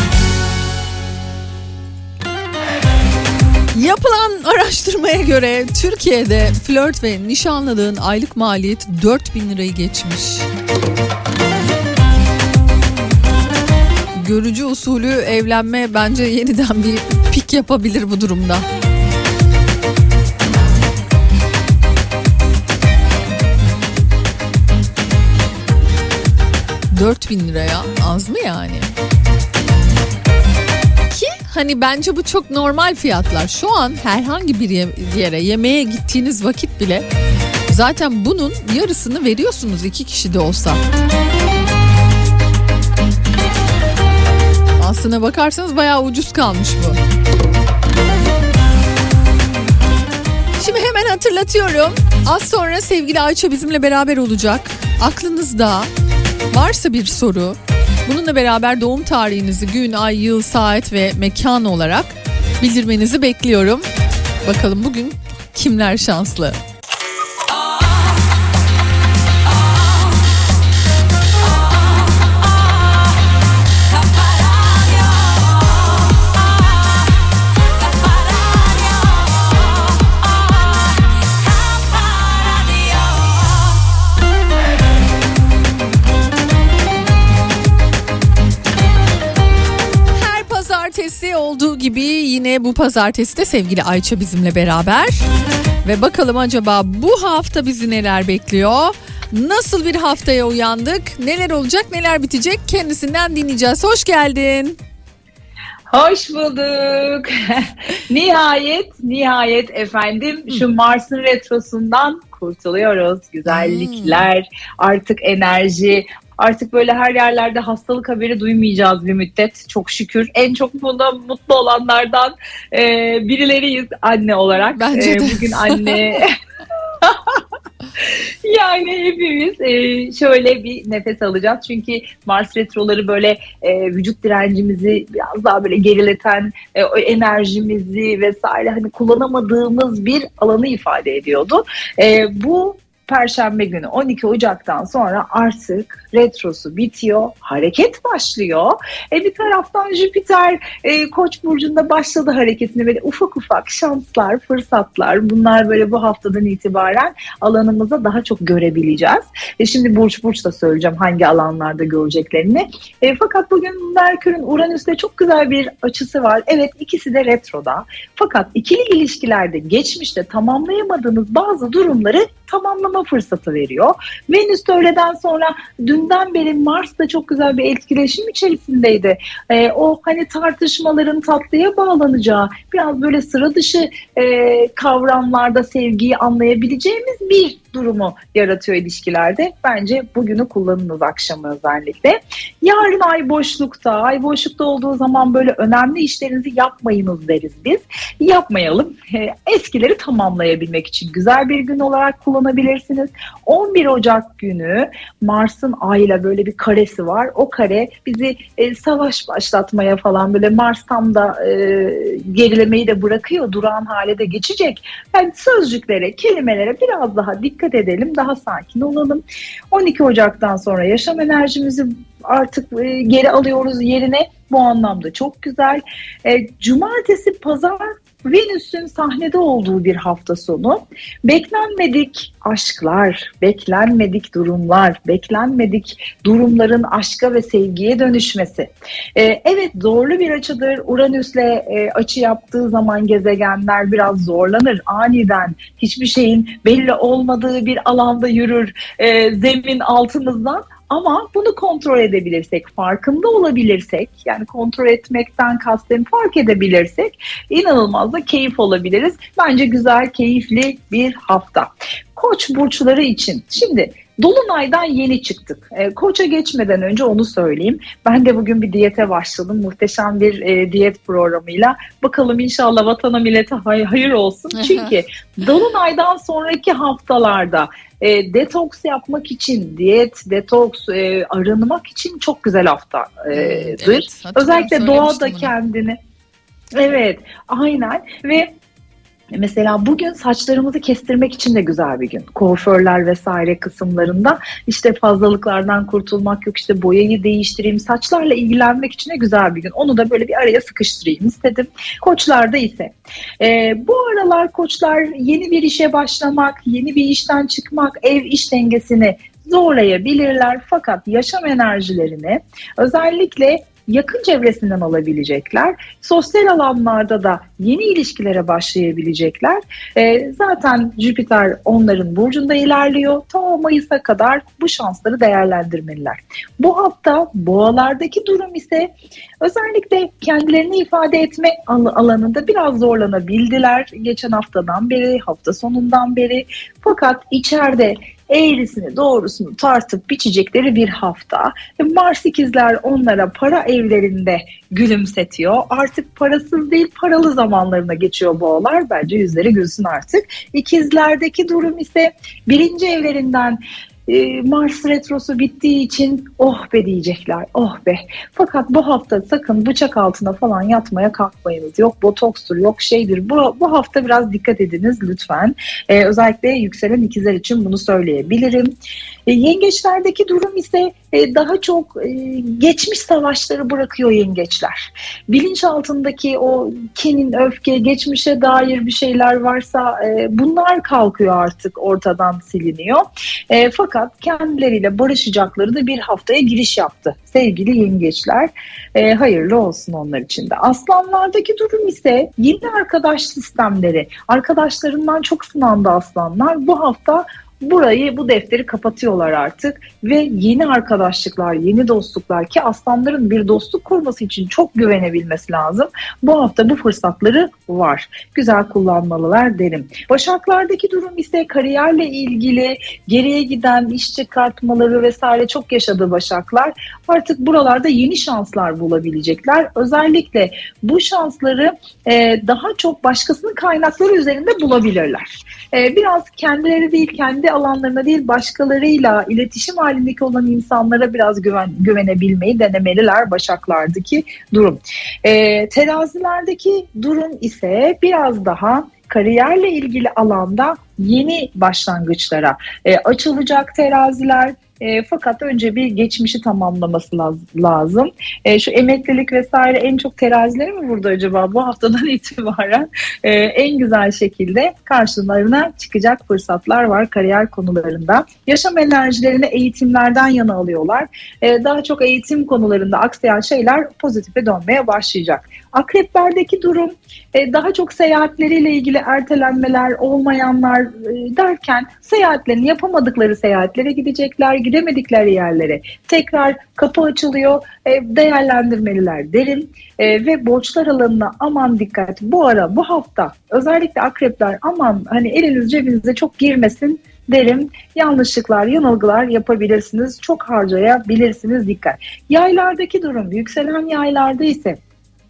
Yapılan araştırmaya göre Türkiye'de flört ve nişanlılığın aylık maliyeti 4.000 lirayı geçmiş. Görücü usulü evlenme bence yeniden bir pik yapabilir bu durumda. $4.000 liraya az mı yani? Ki hani bence bu çok normal fiyatlar. Şu an herhangi bir yere yemeğe gittiğiniz vakit bile zaten bunun yarısını veriyorsunuz 2 kişi de olsa. Aslına bakarsanız bayağı ucuz kalmış bu. Şimdi hemen hatırlatıyorum. Az sonra sevgili Ayça bizimle beraber olacak. Aklınızda varsa bir soru, bununla beraber doğum tarihinizi gün, ay, yıl, saat ve mekan olarak bildirmenizi bekliyorum. Bakalım bugün kimler şanslı? Olduğu gibi yine bu pazartesi de sevgili Ayça bizimle beraber ve bakalım acaba bu hafta bizi neler bekliyor. Nasıl bir haftaya uyandık? Neler olacak, neler bitecek? Kendisinden dinleyeceğiz. Hoş geldin. Hoş bulduk. Nihayet efendim şu Mars'ın retrosundan kurtuluyoruz. Güzellikler, artık enerji, artık böyle her yerlerde hastalık haberi duymayacağız bir müddet. Çok şükür en çok bunda mutlu olanlardan birileriyiz anne olarak. Bence de. Bugün anne... Yani hepimiz şöyle bir nefes alacağız. Çünkü Mars retroları böyle vücut direncimizi biraz daha böyle gerileten, o enerjimizi vesaire hani kullanamadığımız bir alanı ifade ediyordu. Bu Perşembe günü 12 Ocak'tan sonra artık retrosu bitiyor, hareket başlıyor. Bir taraftan Jüpiter Koç burcunda başladı hareketine, böyle ufak ufak şanslar, fırsatlar, bunlar böyle bu haftadan itibaren alanımıza daha çok görebileceğiz. Şimdi burç da söyleyeceğim hangi alanlarda göreceklerini. Fakat bugün Merkür'ün Uranüs'te çok güzel bir açısı var. Evet, ikisi de retroda. Fakat ikili ilişkilerde geçmişte tamamlayamadığınız bazı durumları tamamlama fırsatı veriyor. Venüs de öğleden sonra dünden beri Mars'ta çok güzel bir etkileşim içerisindeydi. O hani tartışmaların tatlıya bağlanacağı, biraz böyle sıra dışı kavramlarda sevgiyi anlayabileceğimiz bir durumu yaratıyor ilişkilerde. Bence bugünü kullanınız akşamı özellikle. Yarın ay boşlukta. Ay boşlukta olduğu zaman böyle önemli işlerinizi yapmayınız deriz biz. Yapmayalım. Eskileri tamamlayabilmek için güzel bir gün olarak kullanabilirsiniz. 11 Ocak günü Mars'ın Ay'la böyle bir karesi var. O kare bizi savaş başlatmaya falan, böyle Mars tam da gerilemeyi de bırakıyor. Durağan hale de geçecek. Yani sözcüklere, kelimelere biraz daha dikkat edelim. Daha sakin olalım. 12 Ocak'tan sonra yaşam enerjimizi artık geri alıyoruz yerine. Bu anlamda çok güzel. Cumartesi, pazar Venüs'ün sahnede olduğu bir hafta sonu. Beklenmedik aşklar, beklenmedik durumlar, beklenmedik durumların aşka ve sevgiye dönüşmesi. Evet, zorlu bir açıdır. Uranüs'le açı yaptığı zaman gezegenler biraz zorlanır. Aniden hiçbir şeyin belli olmadığı bir alanda yürür zemin altımızdan. Ama bunu kontrol edebilirsek, farkında olabilirsek, yani kontrol etmekten kastım fark edebilirsek inanılmaz da keyif olabiliriz. Bence güzel, keyifli bir hafta. Koç burçları için şimdi Dolunay'dan yeni çıktık. Koç'a geçmeden önce onu söyleyeyim. Ben de bugün bir diyete başladım. Muhteşem bir diyet programıyla. Bakalım inşallah vatana millete hayır olsun. Çünkü Dolunay'dan sonraki haftalarda detoks yapmak için, detoks, arınmak için çok güzel haftadır. Evet, özellikle doğada kendini. Evet, aynen. Ve mesela bugün saçlarımızı kestirmek için de güzel bir gün. Kuaförler vesaire kısımlarında işte fazlalıklardan kurtulmak yok, işte boyayı değiştireyim, saçlarla ilgilenmek için de güzel bir gün. Onu da böyle bir araya sıkıştırayım istedim. Koçlarda ise bu aralar koçlar yeni bir işe başlamak, yeni bir işten çıkmak, ev iş dengesini zorlayabilirler. Fakat yaşam enerjilerini özellikle yakın çevresinden alabilecekler. Sosyal alanlarda da yeni ilişkilere başlayabilecekler. Zaten Jüpiter onların burcunda ilerliyor. Ta Mayıs'a kadar bu şansları değerlendirmeliler. Bu hafta boğalardaki durum ise özellikle kendilerini ifade etme alanında biraz zorlanabildiler. Geçen haftadan beri, hafta sonundan beri. Fakat içeride eğrisini doğrusunu tartıp biçecekleri bir hafta. Mars ikizler onlara para evlerinde gülümsetiyor. Artık parasız değil paralı zamanlarına geçiyor boğalar. Bence yüzleri gülsün artık. İkizlerdeki durum ise birinci evlerinden Mars retrosu bittiği için oh be diyecekler, oh be. Fakat bu hafta sakın bıçak altına falan yatmaya kalkmayınız. Yok botokstur, yok şeydir. Bu hafta biraz dikkat ediniz lütfen. Özellikle yükselen ikizler için bunu söyleyebilirim. Yengeçlerdeki durum ise daha çok geçmiş savaşları bırakıyor yengeçler. Bilinçaltındaki o kinin, öfke, geçmişe dair bir şeyler varsa bunlar kalkıyor, artık ortadan siliniyor. Fakat kendileriyle barışacakları da bir haftaya giriş yaptı sevgili yengeçler. Hayırlı olsun onlar için de. Aslanlardaki durum ise yeni arkadaş sistemleri. Arkadaşlarından çok sınandı aslanlar. Bu hafta bu defteri kapatıyorlar artık ve yeni arkadaşlıklar, yeni dostluklar, ki aslanların bir dostluk kurması için çok güvenebilmesi lazım. Bu hafta bu fırsatları var. Güzel kullanmalılar derim. Başaklardaki durum ise kariyerle ilgili geriye giden iş çıkartmaları vesaire çok yaşadı Başaklar. Artık buralarda yeni şanslar bulabilecekler. Özellikle bu şansları daha çok başkasının kaynakları üzerinde bulabilirler. Biraz kendileri değil, kendi alanlarına değil, başkalarıyla iletişim halindeki olan insanlara biraz güvenebilmeyi denemeliler Başaklardaki durum. Terazilerdeki durum ise biraz daha kariyerle ilgili alanda yeni başlangıçlara açılacak teraziler. Fakat önce bir geçmişi tamamlaması lazım. Şu emeklilik vesaire en çok terazileri mi vurdu acaba? Bu haftadan itibaren en güzel şekilde karşılarına çıkacak fırsatlar var kariyer konularında. Yaşam enerjilerini eğitimlerden yana alıyorlar. Daha çok eğitim konularında aksayan şeyler pozitife dönmeye başlayacak. Akreplerdeki durum daha çok seyahatleriyle ilgili ertelenmeler, olmayanlar derken seyahatlerini yapamadıkları seyahatlere gidecekler, gidemedikleri yerlere tekrar kapı açılıyor, değerlendirmeliler derim. Ve borçlar alanına aman dikkat. Bu hafta özellikle akrepler aman hani eliniz cebinize çok girmesin derim. Yanlışlıklar, yanılgılar yapabilirsiniz, çok harcayabilirsiniz, dikkat. Yaylardaki durum, yükselen yaylarda ise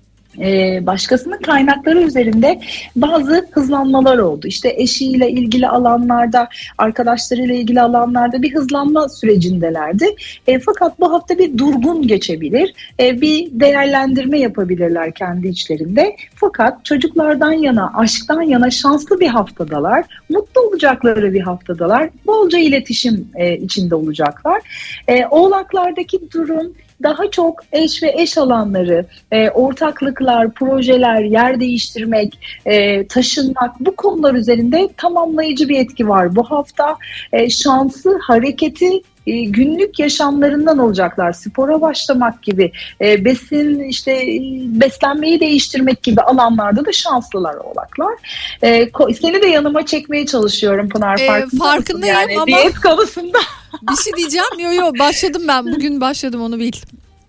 başkasının kaynakları üzerinde bazı hızlanmalar oldu. İşte eşiyle ilgili alanlarda, arkadaşlarıyla ilgili alanlarda bir hızlanma sürecindelerdi. Fakat bu hafta bir durgun geçebilir. Bir değerlendirme yapabilirler kendi içlerinde. Fakat çocuklardan yana, aşktan yana şanslı bir haftadalar. Mutlu olacakları bir haftadalar. Bolca iletişim içinde olacaklar. Oğlaklardaki durum daha çok eş ve eş alanları, ortaklıklar, projeler, yer değiştirmek, taşınmak, bu konular üzerinde tamamlayıcı bir etki var. Bu hafta şansı, hareketi günlük yaşamlarından olacaklar. Spora başlamak gibi, beslenmeyi değiştirmek gibi alanlarda da şanslılar oğlaklar. Seni de yanıma çekmeye çalışıyorum Pınar, farkındayım yani, ama diyet konusunda. bir şey diyeceğim. Yo başladım ben. Bugün başladım, onu bil.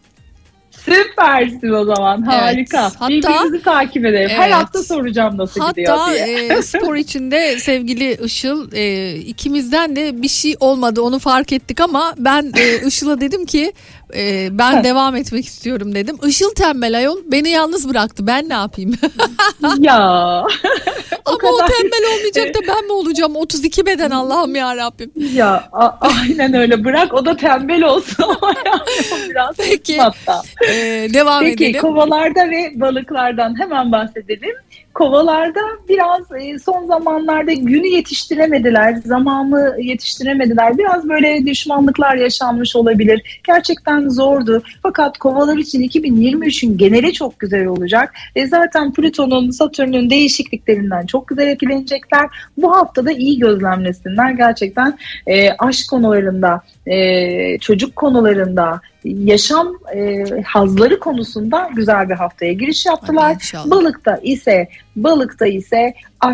Süpersin o zaman. Harika. Evet, hatta, birbirimizi takip edelim. Her hafta soracağım nasıl gidiyor diye. Hatta spor içinde sevgili Işıl, ikimizden de bir şey olmadı, onu fark ettik ama ben Işıl'a dedim ki ben devam etmek istiyorum dedim. Işıl tembel ayol, beni yalnız bıraktı. Ben ne yapayım? Ya. Ama o tembel olmayacak da ben mi olacağım? 32 beden, Allah'ım ya Rabbim. Ya aynen öyle. Bırak o da tembel olsun ama yani biraz. Peki. Devam edelim. Peki, kovalarda ve balıklardan hemen bahsedelim. Kovalarda biraz son zamanlarda günü yetiştiremediler, zamanı yetiştiremediler. Biraz böyle düşmanlıklar yaşanmış olabilir. Gerçekten zordu. Fakat kovalar için 2023'ün geneli çok güzel olacak. Zaten Plüton'un, Satürn'ün değişikliklerinden çok güzel etkilenecekler. Bu haftada iyi gözlemlesinler. Gerçekten aşk konularında, çocuk konularında, yaşam hazları konusunda güzel bir haftaya giriş yaptılar. Balıkta ise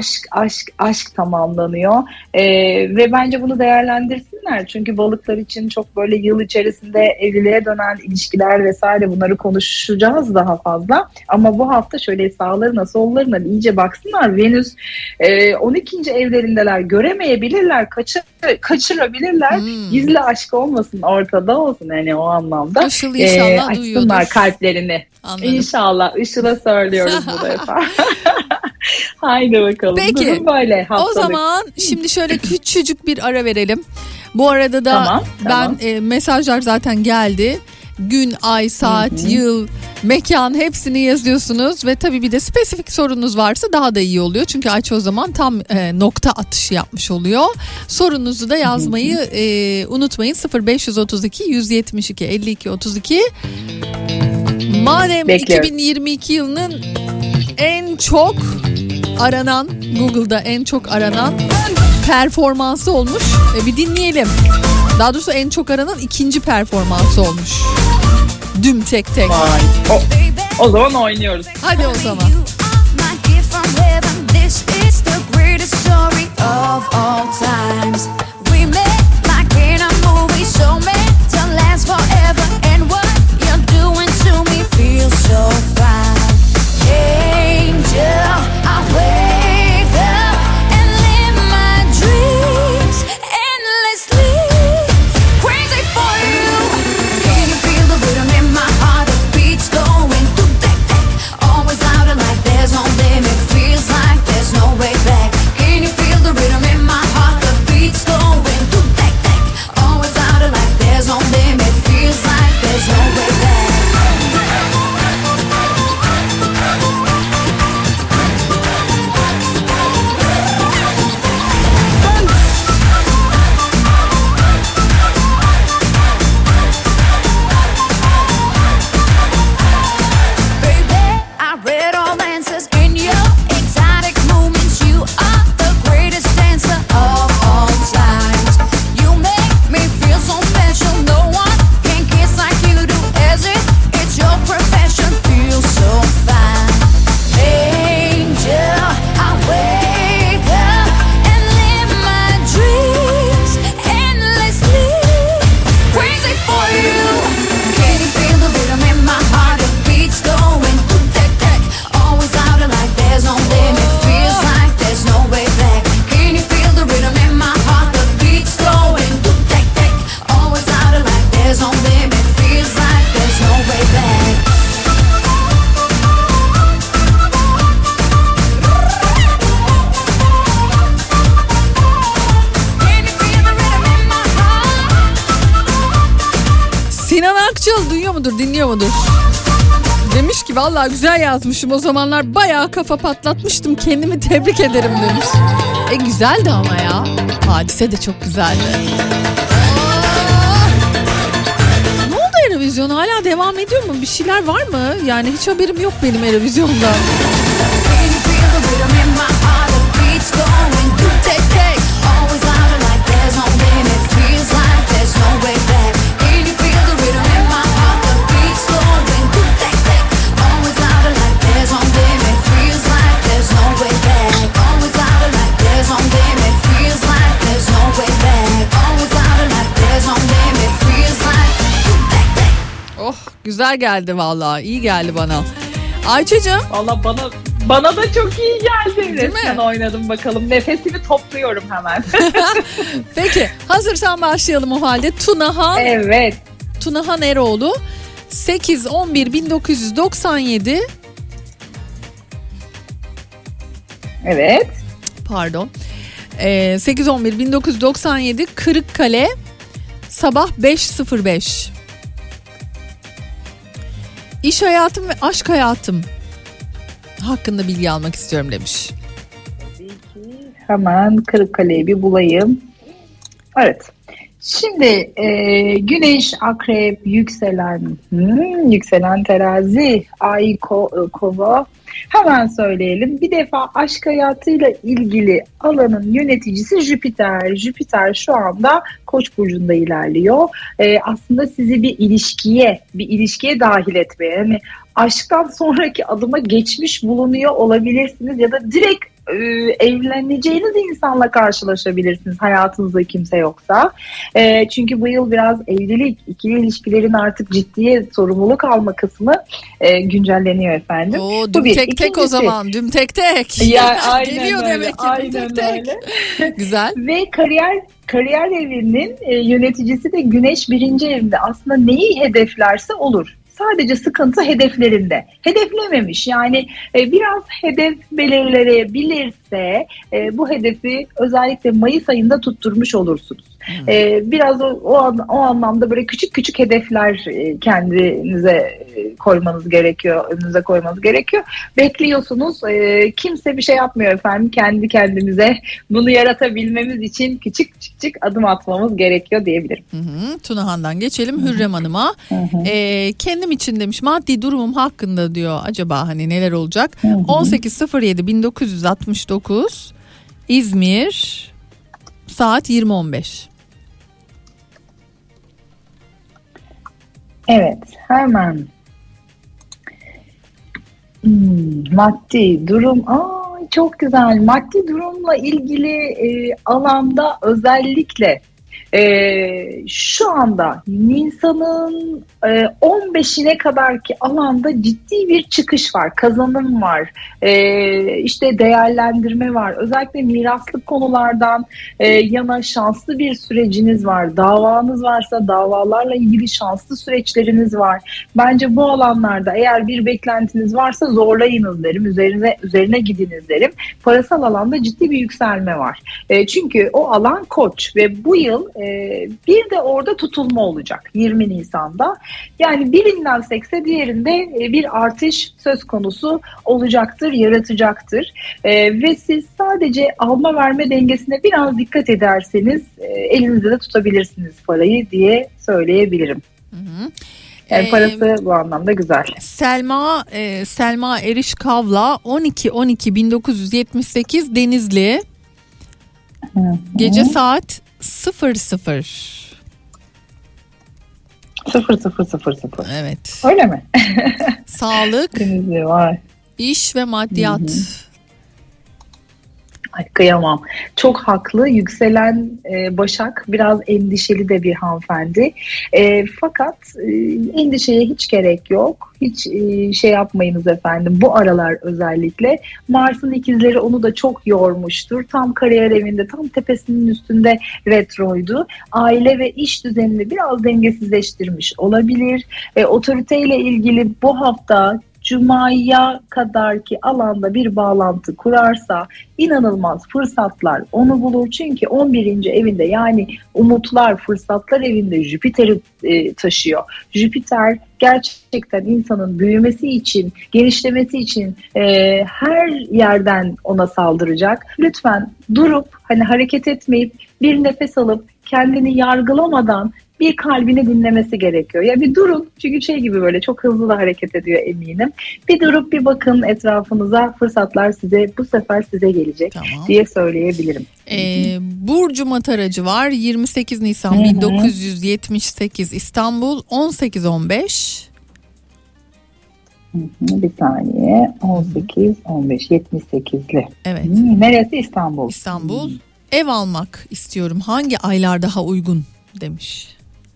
aşk tamamlanıyor ve bence bunu değerlendirsinler, çünkü balıklar için çok böyle yıl içerisinde evliliğe dönen ilişkiler vesaire, bunları konuşacağız daha fazla, ama bu hafta şöyle sağlarına sollarına iyice baksınlar. Venüs 12. evlerindeler, göremeyebilirler, kaçırabilirler. Gizli aşk olmasın, ortada olsun yani, o anlamda Işıl inşallah açsınlar kalplerini. Anladım. İnşallah Işıl'a söylüyoruz bu defa. Haydi bakalım. Peki. Durum böyle haftalık. O zaman şimdi şöyle küçücük bir ara verelim. Bu arada da ben mesajlar zaten geldi. Gün, ay, saat, yıl, mekan hepsini yazıyorsunuz ve tabii bir de spesifik sorunuz varsa daha da iyi oluyor. Çünkü ay çoğu zaman tam nokta atışı yapmış oluyor. Sorunuzu da yazmayı unutmayın. 0532 172 52 32. Madem bekliyorum. 2022 yılının en çok aranan, Google'da en çok aranan performansı olmuş. Bir dinleyelim. Daha doğrusu en çok aranan ikinci performansı olmuş. Düm tek. O zaman oynuyoruz. Hadi o zaman. This is the greatest story of all times. We Sinan Akçıl duyuyor mudur, dinliyor mudur? Demiş ki vallahi güzel yazmışım, o zamanlar bayağı kafa patlatmıştım, kendimi tebrik ederim demiş. Güzeldi ama ya. Hadise de çok güzeldi. Ne oldu Eurovision? Hala devam ediyor mu? Bir şeyler var mı? Yani hiç haberim yok benim Eurovision'dan. Oh, güzel geldi vallahi, iyi geldi bana. Ayça'cığım. Valla bana da çok iyi geldi. Değil Resmen mi? oynadım bakalım. Nefesimi topluyorum hemen. Peki hazırsan başlayalım o halde. Tunahan. Evet. Tunahan Eroğlu 8-11-1997. Evet. Pardon. 8-11-1997 Kırıkkale sabah 5.05. İş hayatım ve aşk hayatım hakkında bilgi almak istiyorum demiş. Tabii ki. Hemen Kırıkkale'yi bir bulayım. Evet. Şimdi Güneş, Akrep, yükselen Terazi, Ay, Kova. Hemen söyleyelim. Bir defa aşk hayatıyla ilgili alanın yöneticisi Jüpiter. Jüpiter şu anda Koç burcunda ilerliyor. Aslında sizi bir ilişkiye dahil etmeye, yani aşktan sonraki adıma geçmiş bulunuyor olabilirsiniz ya da direkt evleneceğiniz insanla karşılaşabilirsiniz hayatınızda kimse yoksa. Çünkü bu yıl biraz evlilik, ikili ilişkilerin artık ciddiye sorumluluk alma kısmı güncelleniyor efendim. Düm tek tek o zaman. Düm tek tek. Ya, aynen geliyor öyle, demek ki. aynen Düm tek tek. Güzel. Ve kariyer evinin yöneticisi de Güneş 1. evinde. Aslında neyi hedeflerse olur. Sadece sıkıntı hedeflerinde. Hedeflememiş, yani biraz hedef belirleyebilirse bu hedefi özellikle Mayıs ayında tutturmuş olursunuz. Biraz o anlamda böyle küçük hedefler kendinize koymanız gerekiyor, önünüze koymanız gerekiyor. Bekliyorsunuz, kimse bir şey yapmıyor efendim. Kendi kendimize bunu yaratabilmemiz için küçük adım atmamız gerekiyor diyebilirim. Tunahan'dan geçelim Hürrem Hanım'a. Kendim için demiş, maddi durumum hakkında diyor, acaba hani neler olacak? 18.07.1969 İzmir saat 20.15. Evet, hemen maddi durum, çok güzel. Maddi durumla ilgili alanda özellikle şu anda Nisan'ın 15'ine kadarki alanda ciddi bir çıkış var, kazanım var, işte değerlendirme var. Özellikle miraslık konulardan yana şanslı bir süreciniz var. Davanız varsa davalarla ilgili şanslı süreçleriniz var. Bence bu alanlarda eğer bir beklentiniz varsa zorlayınız derim, üzerine gidiniz derim. Parasal alanda ciddi bir yükselme var. Çünkü o alan Koç ve bu yıl bir de orada tutulma olacak 20 Nisan'da. Yani birinden sekse diğerinde bir artış söz konusu olacaktır, yaratacaktır. Ve siz sadece alma verme dengesine biraz dikkat ederseniz elinizde de tutabilirsiniz parayı diye söyleyebilirim. Yani parası bu anlamda güzel. Selma Eriş Kavla 12.12.1978 Denizli. Gece saat 00. Evet. Öyle mi? Sağlık, Denizli var. iş ve maddiyat. Ay, kıyamam. Çok haklı. Yükselen Başak biraz endişeli de bir hanımefendi. Fakat endişeye hiç gerek yok. Hiç şey yapmayınız efendim. Bu aralar özellikle. Mars'ın ikizleri onu da çok yormuştur. Tam kariyer evinde, tam tepesinin üstünde retroydu. Aile ve iş düzenini biraz dengesizleştirmiş olabilir. Otoriteyle ilgili bu hafta Cuma'ya kadarki alanda bir bağlantı kurarsa inanılmaz fırsatlar onu bulur. Çünkü 11. evinde, yani umutlar, fırsatlar evinde Jüpiter'i taşıyor. Jüpiter gerçekten insanın büyümesi için, genişlemesi için her yerden ona saldıracak. Lütfen durup hareket etmeyip bir nefes alıp kendini yargılamadan bir kalbini dinlemesi gerekiyor. Ya bir durun, çünkü gibi böyle çok hızlı da hareket ediyor eminim. Bir durup bir bakın etrafınıza, fırsatlar bu sefer size gelecek diye söyleyebilirim. Burcu Mataracı var. 28 Nisan 1978 İstanbul 18-15. Bir saniye. 18-15 78'li. Evet. Neresi? İstanbul. İstanbul. Ev almak istiyorum. Hangi aylar daha uygun demiş.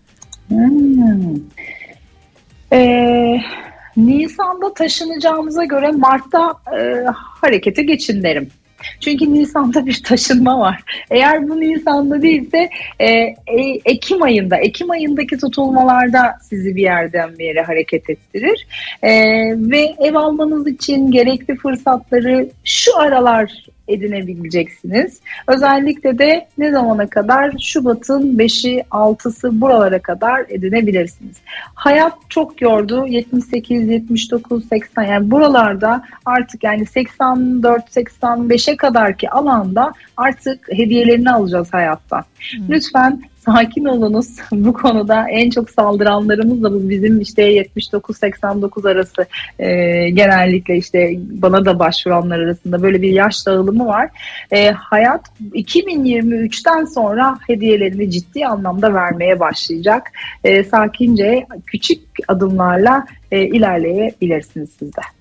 Nisan'da taşınacağımıza göre Mart'ta harekete geçin derim. Çünkü Nisan'da bir taşınma var. Eğer bu Nisan'da değilse Ekim ayında, Ekim ayındaki tutulmalarda sizi bir yerden bir yere hareket ettirir. Ve ev almanız için gerekli fırsatları şu aralar edinebileceksiniz. Özellikle de ne zamana kadar? Şubat'ın 5'i 6'sı buralara kadar edinebilirsiniz. Hayat çok yordu. 78, 79, 80 yani buralarda artık 84, 85'e kadarki alanda artık hediyelerini alacağız hayattan. Lütfen sakin olunuz. Bu konuda en çok saldıranlarımız da bu bizim 79-89 arası genellikle bana da başvuranlar arasında böyle bir yaş dağılımı var. Hayat 2023'ten sonra hediyelerini ciddi anlamda vermeye başlayacak. Sakince, küçük adımlarla ilerleyebilirsiniz siz de.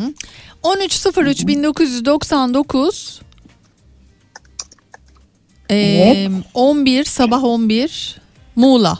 13.03.1999 Evet. 11 sabah 11 Muğla.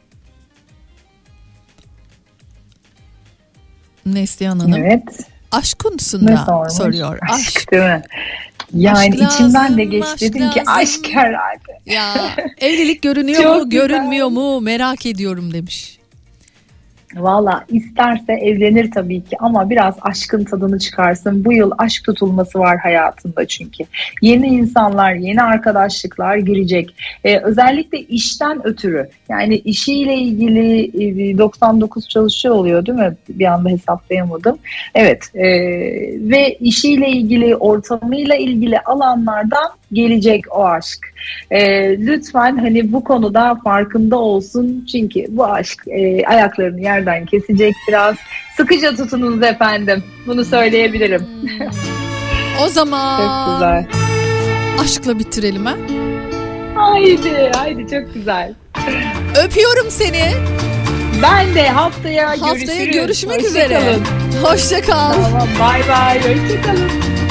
Neslihan Hanım. Evet. Aşk konusunda soruyor. Aşk değil mi? Yani aşk içimden lazım, de geçti. Dedim ki aşk herhalde. Ya evlilik görünüyor Çok mu, güzel. görünmüyor mu merak ediyorum demiş. Valla isterse evlenir tabii ki ama biraz aşkın tadını çıkarsın. Bu yıl aşk tutulması var hayatında çünkü. Yeni insanlar, yeni arkadaşlıklar girecek. Özellikle işten ötürü. Yani işiyle ilgili 99 çalışıyor oluyor değil mi? Bir anda hesaplayamadım. Evet. Ve işiyle ilgili, ortamıyla ilgili alanlardan gelecek o aşk. Lütfen bu konuda farkında olsun. Çünkü bu aşk ayaklarını yerden kesecek biraz. Sıkıca tutunuz efendim. Bunu söyleyebilirim. O zaman Çok güzel. aşkla bitirelim ha. Haydi çok güzel. Öpüyorum seni. Ben de haftaya görüşmek Hoşça üzere. kalın. Hoşça kal. Tamam, bye bye. Hoşça kalın.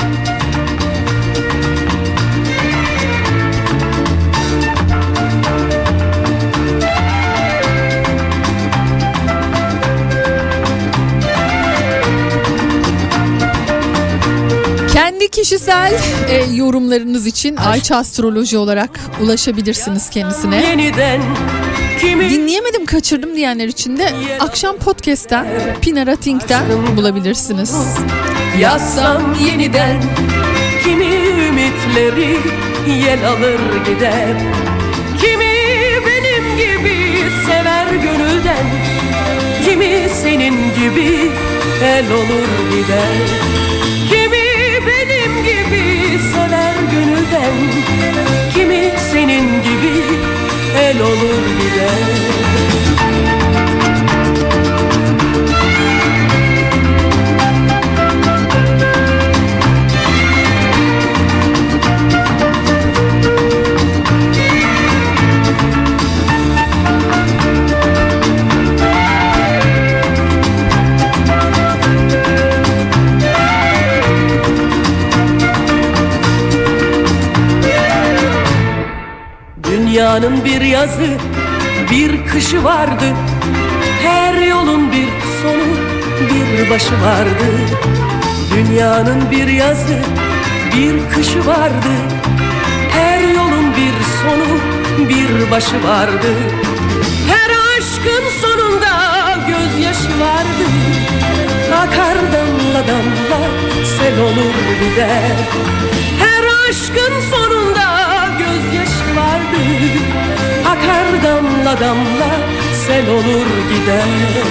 Kendi kişisel yorumlarınız için Ayça Astroloji olarak ulaşabilirsiniz kendisine. Yeniden kimi Dinleyemedim, kaçırdım diyenler için de akşam podcast'ten Pinara Think'ten bulabilirsiniz. yazsam yeniden, kimi ümitleri yel alır gider, kimi benim gibi sever gönülden, kimi senin gibi el olur gider, kimi benim gibi sever gönülden, kimi senin gibi el olur gider. Dünyanın bir yazı, bir kışı vardı. Her yolun bir sonu, bir başı vardı. Dünyanın bir yazı, bir kışı vardı. Her yolun bir sonu, bir başı vardı. Her aşkın sonunda gözyaşı vardı. Akar damla damla sel olur gider. Her aşkın sonunda gözyaşı vardır. Akar damla damla sel olur gider.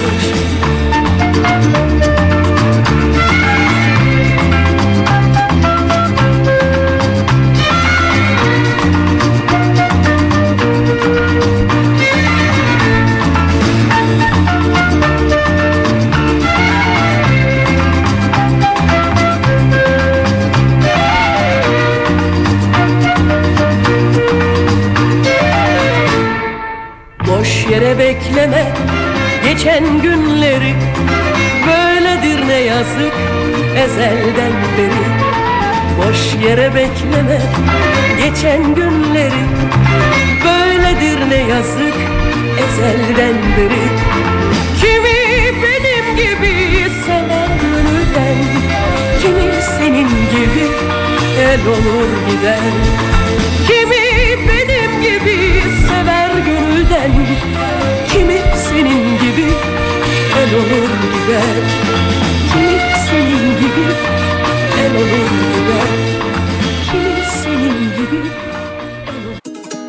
Boş yere bekleme geçen günleri, böyledir ne yazık ezelden beri. Boş yere bekleme geçen günleri, böyledir ne yazık ezelden beri. Kimi benim gibi sever gönülden, kimi senin gibi el olur gider. Kimi benim gibi sever gönülden, kimi senin gibi el olur gider. Kimi senin gibi el olur gider. Kimi senin gibi el olur.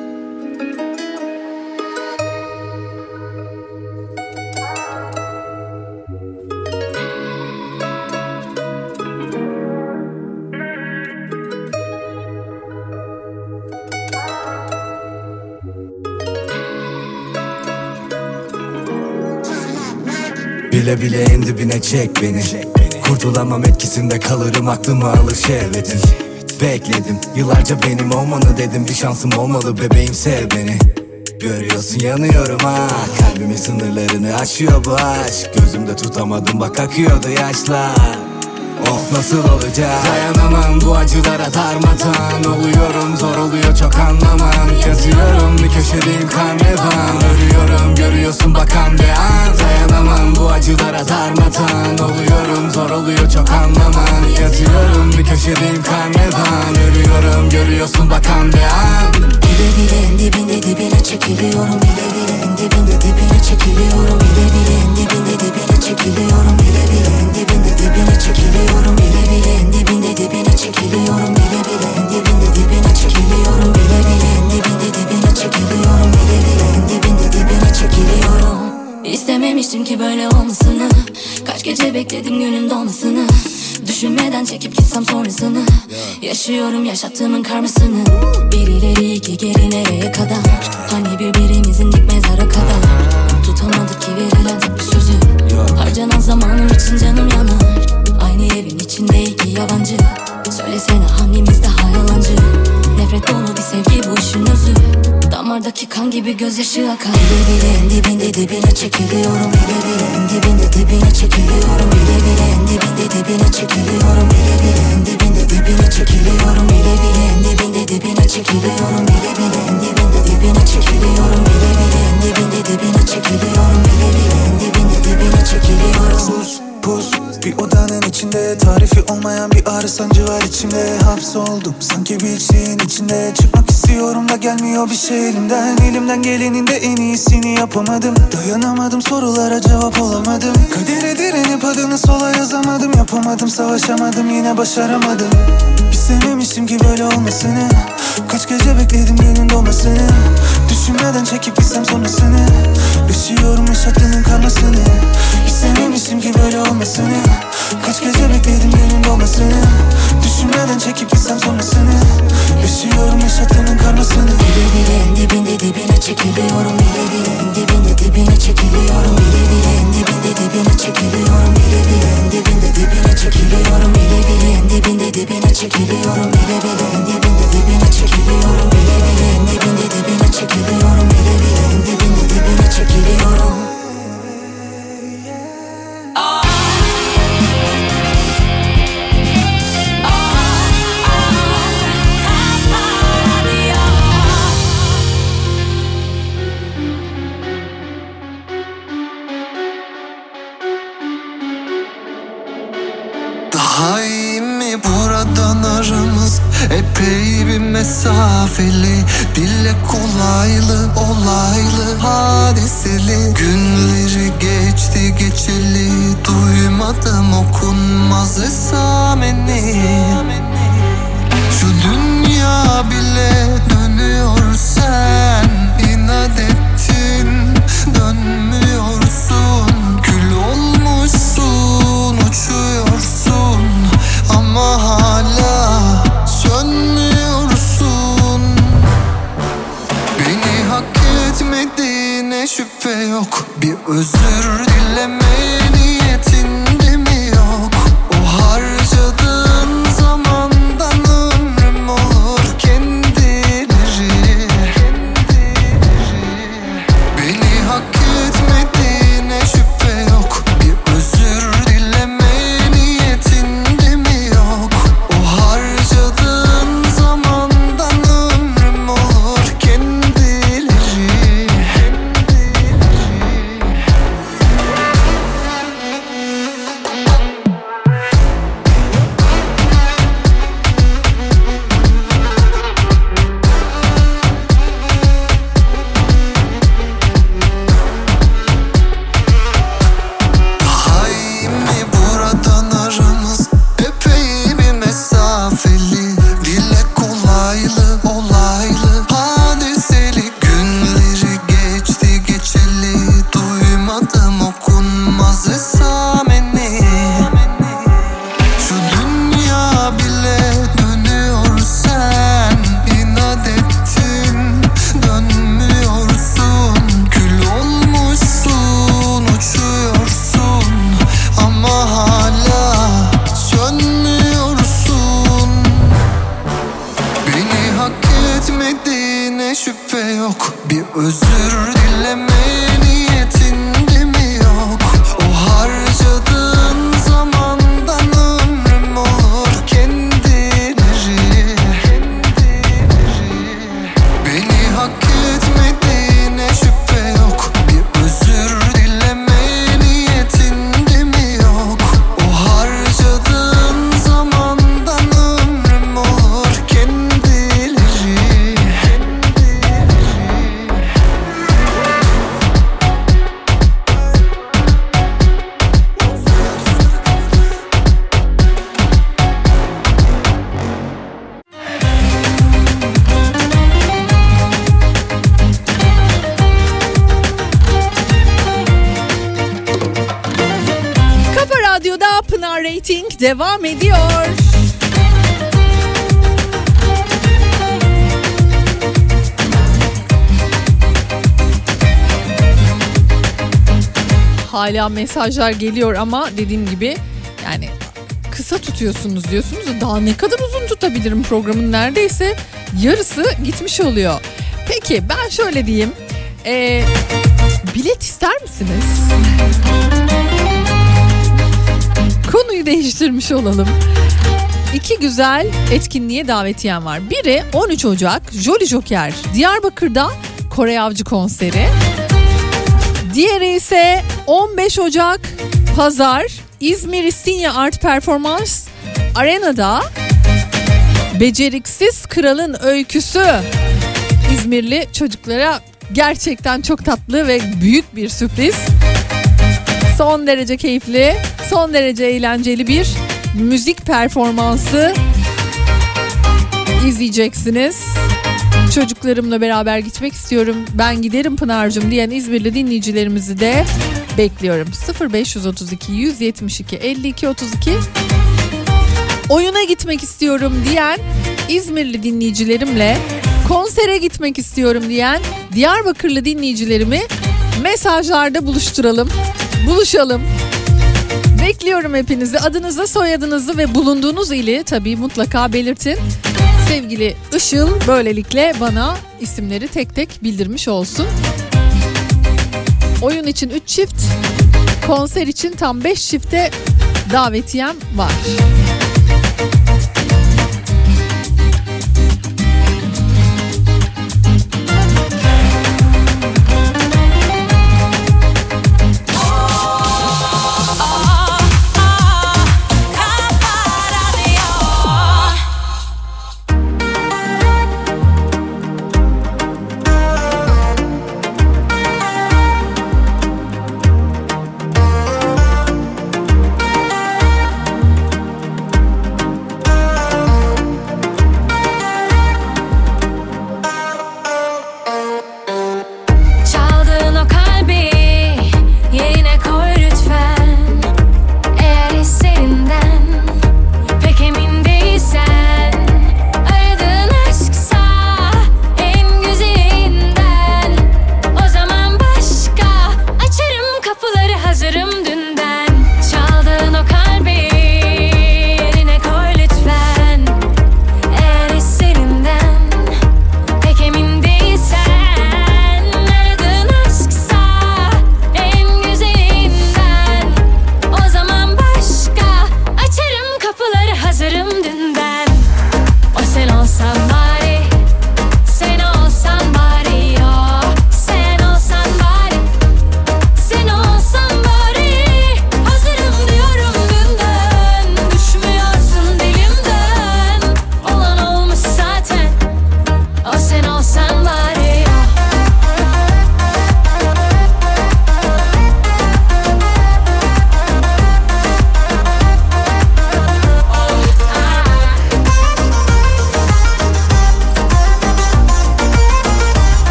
Bile bile en dibine çek beni. Kurtulamam etkisinde kalırım, aklımı alır şehvetin. Bekledim yıllarca benim olmanı, dedim bir şansım olmalı bebeğim, sev beni. Görüyorsun yanıyorum ha, kalbimin sınırlarını aşıyor bu aşk. Gözümde tutamadım bak akıyordu yaşlar. Of nasıl olacak, dayanamam bu acılara darmadan. Oluyorum zor oluyor çok anlamam. Yazıyorum bir köşedeyim karnevan. Ölüyorum görüyorsun bakan bir an. Dayanamam bu acılara darmadan. Oluyorum zor oluyor çok anlamam. Yazıyorum bir köşedeyim karnevan. Ölüyorum görüyorsun bakan bir an. Bile bile en dibinde dibine çekiliyorum. Bile bile en dibinde dibine çekiliyorum. Bile bile en dibinde dibine çekiliyorum. Bile bile en dibinde dibine çekiliyorum. Bile bile en dibinde dibine çekiliyorum. Bile bile en dibinde dibine çekiliyorum. Bile bile en dibinde dibine çekiliyorum. Bile bile en dibinde dibine çekiliyorum. İstememiştim ki böyle olmasını. Kaç gece bekledim günün dolmasını. Düşünmeden çekip gitsem sonrasını. Yaşıyorum yaşattığımın karmasını. Bir ileri iki geri nereye kadar? Hani birbirimizin dik mezara kadar. Tutamadık ki verilen tek bir sözü. Harcanan zamanım için canım yanar. Aynı evin içinde iki yabancı. Söylesene hangimiz daha yalancı? Nefret dolu bir sevgi bu işin özü. Damardaki kan gibi gözyaşı akar. Bile bile en dibinde dibine çekiliyorum. Bile bile en dibinde dibine çekiliyorum. Bile bile en dibinde dibine çekiliyorum. Bile bile en dibinde dibine çekiliyorum. Bile bile en dibinde dibine çekiliyorum. Bile bile en dibinde dibine çekiliyorum. Bile bile en dibinde dibine çekiliyorum. Bile bile en dibinde dibine çekiliyorum. Sus pus bir odanın içinde, tarifi olmayan bir ağrı sancı var içimde. Hapsoldum sanki bir şeyin içinde. Çıkmak istiyorum da gelmiyor bir şey elimden. Elimden gelenin de en iyisini yapamadım. Dayanamadım sorulara cevap olamadım. Kadere direnip adını sola yazamadım. Yapamadım savaşamadım yine başaramadım. İstememiştim ki böyle olmasını. Kaç gece bekledim günün doğmasını. Düşünmeden çekip gitsem sonrasını. Yaşıyorum yaşattığının karmasını. İstememiştim ki böyle olmasını. Kaç gece bekledim günün doğmasını. Düşünmeden çekip gitsem sonrasını. Yaşıyorum yaşattığının karmasını. Bile bile en dibinde dibine çekiliyorum. Bile bile en dibinde dibine çekiliyorum. Bile bile en dibinde dibine çekiliyorum. Bile bile en dibinde dibine çekiliyorum. Bile bile en dibinde dibine çekiliyorum. Bile bile en dibinde dibine çekiliyorum. Bile bile en dibinde dibine çekiliyorum. Bile bile en dibinde dibine çekiliyorum. Radyo mesafeli, dille kolaylı, olaylı, hadiseli. Günleri geçti geçeli, duymadım okunmaz esameni. Şu dünya bile dönüyor, sen inat ettin, dönmüyorsun. Kül olmuşsun, uçuyorsun ama hala sönmüyorsun. Beni hak etmediğine şüphe yok, bir özür dilemeye niyetinde mi yok? O harcadığın zamandan ömrüm olur kendileri. Beni hak etmediğine şüphe yok, bir özür dilemeye niyetinde mi yok? O harcadığın zamandan ömrüm olur kendileri. Daha iyi mi buradan aramız epey bir mesafeli, dile kolaylı, olaylı, hadiseli. Günleri geçti geçeli, duymadım okunmaz esameni. Şu dünya bile dönüyor, sen inat ettin, dönmüyorsun. Kül olmuşsun, uçuyorsun ama hala sönmüyorsun. Beni hak etmediğine şüphe yok, bir özür dilemeye niyetinde mi yok? O harcadığın zamandan ömrüm olur kendileri. Beni hak etmediğine şüphe yok, bir özür dilemeye niyetinde mi yok? O harcadığın zamandan ömrüm olur kendileri. Kafa Radyo'da Pınar Rating devam ediyor. Hala mesajlar geliyor ama dediğim gibi yani kısa tutuyorsunuz diyorsunuz da daha ne kadar uzun tutabilirim, programın neredeyse yarısı gitmiş oluyor. Peki ben şöyle diyeyim, bilet ister misiniz? Konuyu değiştirmiş olalım. İki güzel etkinliğe davetiyem var. Biri 13 Ocak Jolly Joker Diyarbakır'da Kore Avcı konseri. Diğeri ise 15 Ocak Pazar İzmir İstinye Art Performans Arena'da Beceriksiz Kralın Öyküsü. İzmirli çocuklara gerçekten çok tatlı ve büyük bir sürpriz. Son derece keyifli, son derece eğlenceli bir müzik performansı izleyeceksiniz. Çocuklarımla beraber gitmek istiyorum, ben giderim Pınar'cığım diyen İzmirli dinleyicilerimizi de bekliyorum. 0532 172 52 32. Oyuna gitmek istiyorum diyen İzmirli dinleyicilerimle, konsere gitmek istiyorum diyen Diyarbakırlı dinleyicilerimi mesajlarda buluşalım. Bekliyorum hepinizi. Adınızı, soyadınızı ve bulunduğunuz ili tabii mutlaka belirtin. Sevgili Işıl böylelikle bana isimleri tek tek bildirmiş olsun. Oyun için 3 çift, konser için tam 5 çifte davetiyem var.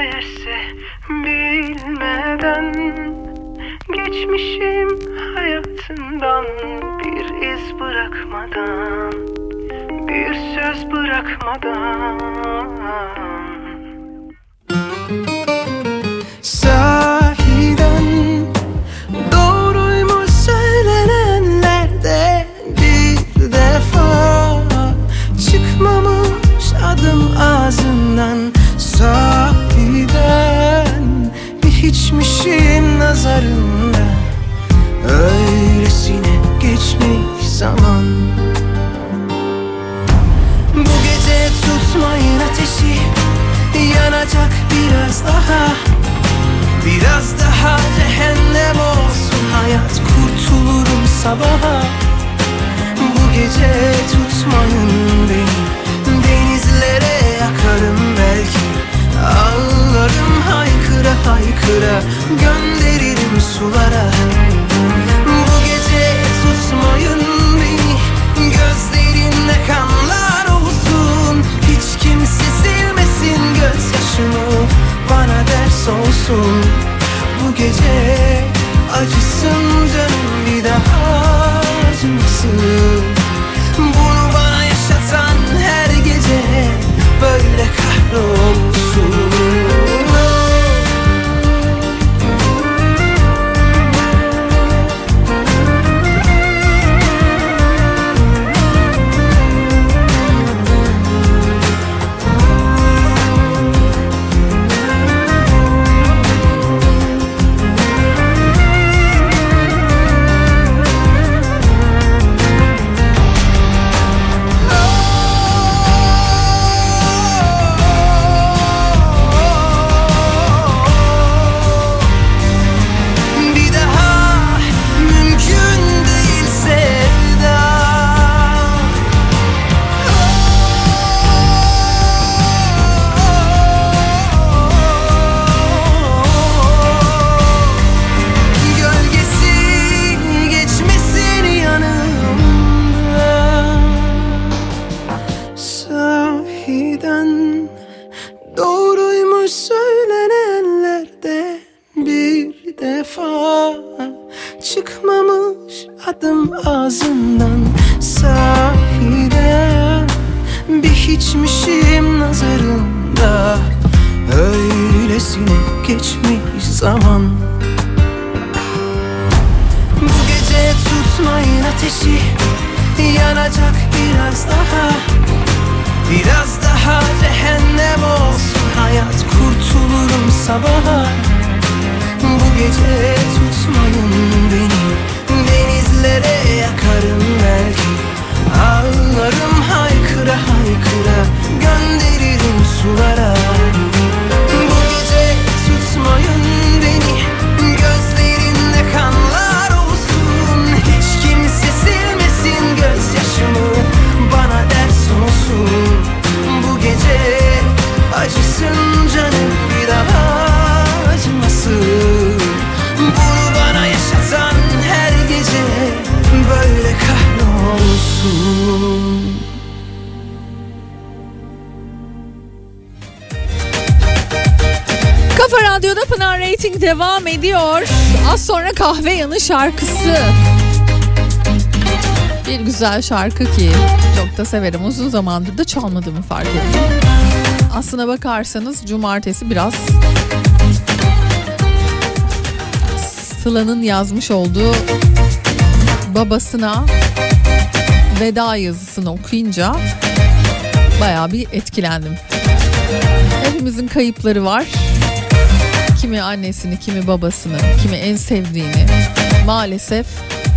meğerse bilmeden geçmişim hayatından bir iz bırakmadan, bir söz bırakmadan. Sahiden doğruymuş söylenenlerde, bir defa çıkmamış adım ağzından. Sahiden bir hiçmişim nazarında, öylesine geçmiş zaman. Bu gece tutmayın ateşi, yanacak biraz daha. Biraz daha cehennem olsun hayat, kurtulurum sabaha. Bu gece tutmayın beni, denizlere yakarım belki. Ağlarım haykıra haykıra, gönderirim sulara. Bu gece tutmayın beni, gözlerinde kanlar olsun. Hiç kimse silmesin gözyaşımı, bana ders olsun. Bu gece acısın canım, bir daha acımasın. Bunu bana yaşatan her gece böyle kahrolsun. Çıkmamış adım ağzından, sahiden bir hiçmişim nazarında, öylesine geçmiş zaman. Bu gece tutmayın ateşi, yanacak biraz daha. Biraz daha cehennem olsun hayat, kurtulurum sabaha. Bu gece tutmayın beni, denizlere yakarım belki. Ağlarım haykıra haykıra, gönderirim sulara. Bu gece tutmayın beni, gözlerinde kanlar olsun. Hiç kimse silmesin gözyaşımı, bana ders olsun. Bu gece acısın canım, bir daha acımasın. Bunu bana yaşatan her gece böyle kahrolsun. Kafa Radyo'da Pınar Rating devam ediyor. Az sonra Kahve Yanı şarkısı. Bir güzel şarkı ki çok da severim. Uzun zamandır da çalmadığımı fark ettim. Aslına bakarsanız cumartesi biraz Sıla'nın yazmış olduğu babasına veda yazısını okuyunca bayağı bir etkilendim. Hepimizin kayıpları var. Kimi annesini, kimi babasını, kimi en sevdiğini maalesef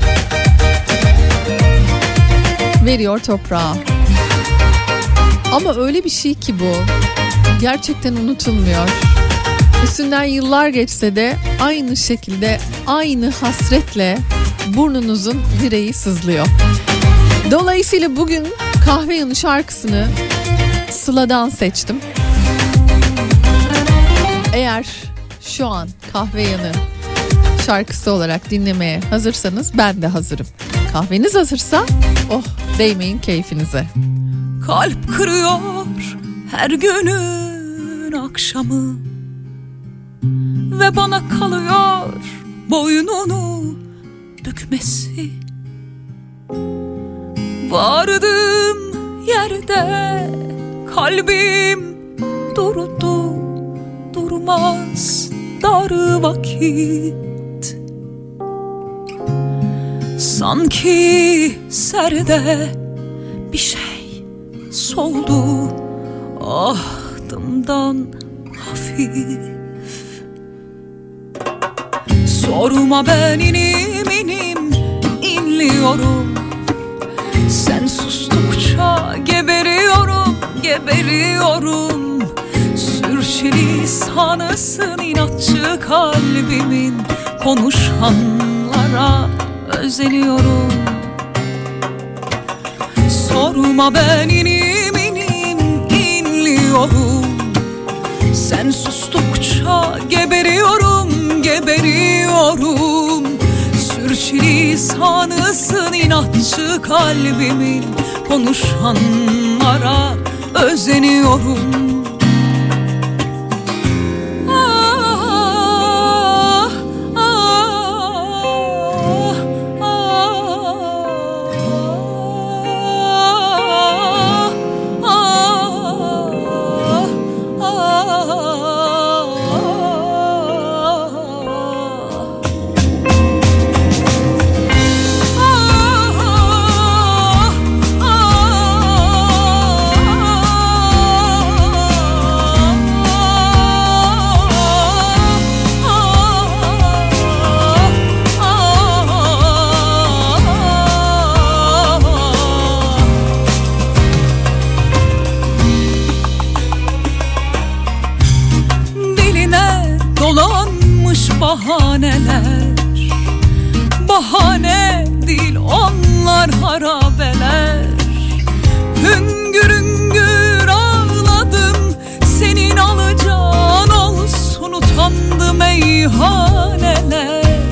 veriyor toprağa. Ama öyle bir şey ki bu gerçekten unutulmuyor. Üstünden yıllar geçse de aynı şekilde, aynı hasretle burnunuzun direği sızlıyor. Dolayısıyla bugün Kahve Yanı şarkısını Sıla'dan seçtim. Eğer şu an Kahve Yanı şarkısı olarak dinlemeye hazırsanız ben de hazırım. Kahveniz hazırsa oh değmeyin keyfinize. Kalp kırıyor her günün akşamı, ve bana kalıyor boynunu bükmesi. Vardığım yerde kalbim durdu, durmaz dar vakit. Sanki serde bir şey soldu ahdımdan hafif. Sorma ben inim inim inliyorum, sen sustukça geberiyorum, geberiyorum. Sürçülisanısın inatçı kalbimin, konuşanlara özeniyorum. Sorma ben inim inim inliyorum, sen sustukça geberiyorum, geberiyorum. Sürçülisanısın inatçı kalbimin, konuşanlara özeniyorum. Bahaneler, bahane değil onlar harabeler. Hüngür hüngür ağladım, senin alacağın olsun utandı meyhaneler.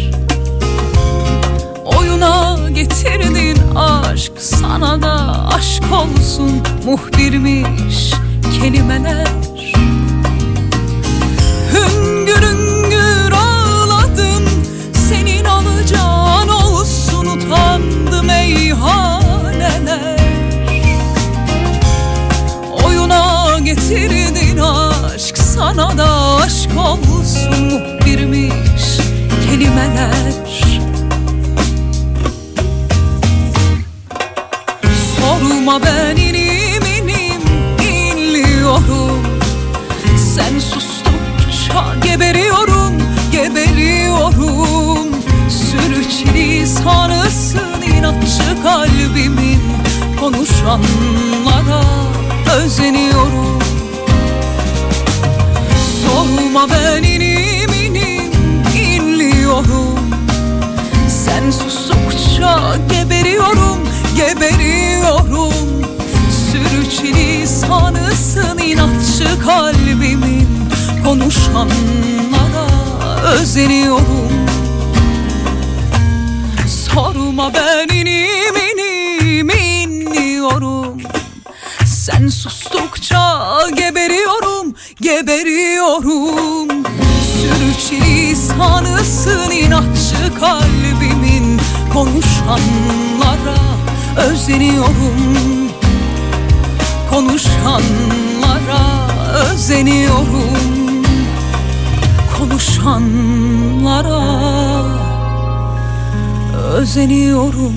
Oyuna getirdin aşk, sana da aşk olsun muhbirmiş kelimeler. Hüngür hüngür ağladım, senin alacağın olsun utandı meyhaneler. Oyuna getirdin aşk, sana da aşk olsun muhbirmiş kelimeler. Sorma ben inim inim inliyorum, sen sustukça geberiyorum, geberiyorum. Sürçülisanısın inatçı kalbimin, konuşanlara özeniyorum. Sorma ben inim inim inliyorum, sen sustukça geberiyorum, geberiyorum. Sürçülisanısın inatçı kalbimin, konuşanlara özeniyorum. Sorma ben inim inim inliyorum, sen sustukça geberiyorum, geberiyorum. Sürçülisanısın inatçı kalbimin, konuşanlara özeniyorum. Konuşanlara özeniyorum, konuşanlara özeniyorum.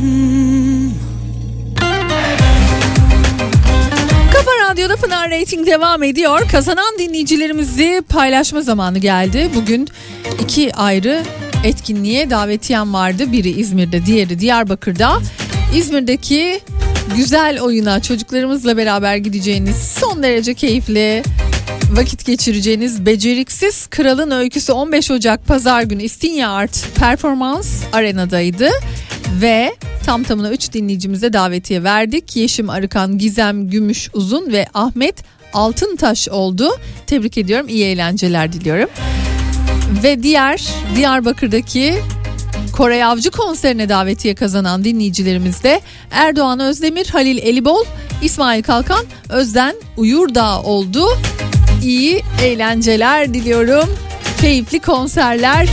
Kafa Radyo'da Pınar Rating devam ediyor. Kazanan dinleyicilerimizi paylaşma zamanı geldi. Bugün 2 ayrı etkinliğe davetiyem vardı. Biri İzmir'de, diğeri Diyarbakır'da. İzmir'deki güzel oyuna çocuklarımızla beraber gideceğiniz, son derece keyifli vakit geçireceğiniz Beceriksiz Kralın Öyküsü 15 Ocak Pazar günü İstinye Art Performans Arena'daydı ve tamına 3 dinleyicimize davetiye verdik. Yeşim Arıkan, Gizem Gümüş Uzun ve Ahmet Altıntaş oldu. Tebrik ediyorum, iyi eğlenceler diliyorum. Ve Diyarbakır'daki Koray Avcı konserine davetiye kazanan dinleyicilerimiz de Erdoğan Özdemir, Halil Elibol, İsmail Kalkan, Özden Uyurdağ oldu. İyi eğlenceler diliyorum. keyifli konserler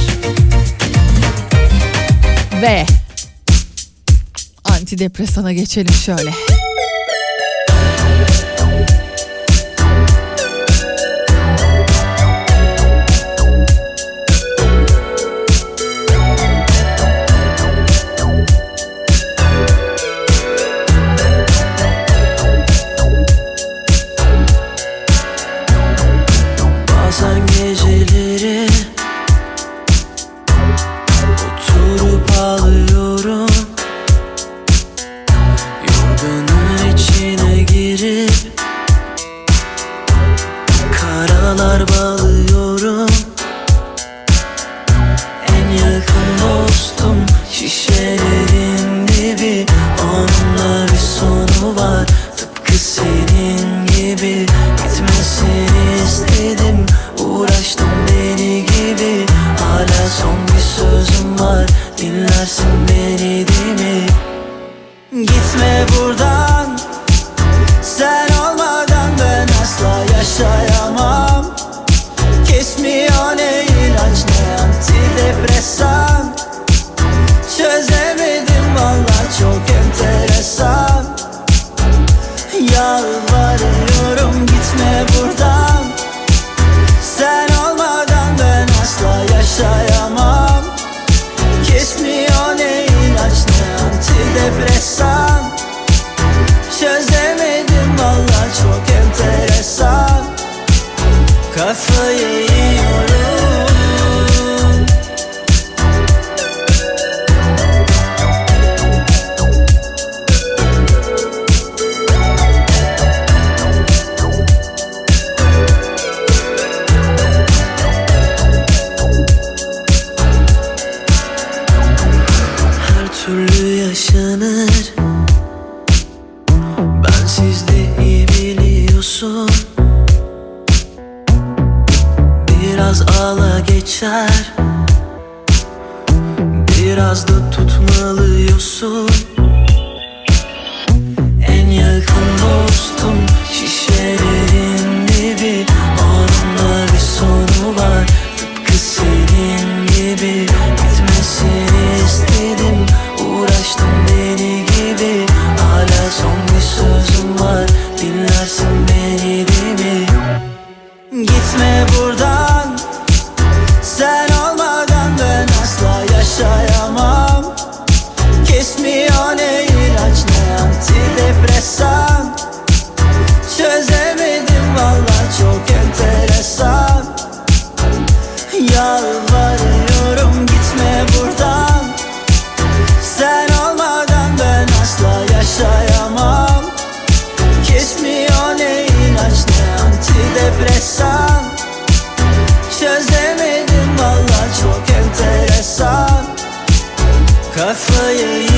ve antidepresana geçelim şöyle. Bazen geceleri oturup ağlıyorum, yorganın içine girip karalar bağlıyorum. En yakın dostum şişelerin dibi, onunla bir sonu var tıpkı senin gibi. Gitmesini istedim, uğraştım deli gibi. Hala son bir sözüm var, dinlersin beni değil mi? Gitme buradan, sen olmadan ben asla yaşayamam. Kesmiyor ne ilaç ne antidepresan. Çözemedim vallahi çok enteresan. Yalvarıyorum gitme buradan, sen olmadan ben asla yaşayamam. Kesmiyor ne ilaç ne antidepresan. Çözemedim vallahi çok enteresan. Kafayı yiyorum. Her türlü yaşanır, bensiz de iyi biliyorsun. Biraz ağla geçer, biraz da tutmalıyorsun. En yakın dostum şişelerin dibi, onunla bir sonu var tıpkı senin gibi. Gitmesini istedim, uğraştım deli gibi. Hala son bir sözüm var, dinlersin beni değil mi? Gitme buradan, sen olmadan ben asla yaşayamam. Kesmiyor ne ilaç ne antidepresan. Çözemedim vallahi çok enteresan. Yalvarıyorum gitme buradan, sen olmadan ben asla yaşayamam. Kesmiyor ne ilaç ne antidepresan. Çözemedim vallahi çok enteresan. Kafayı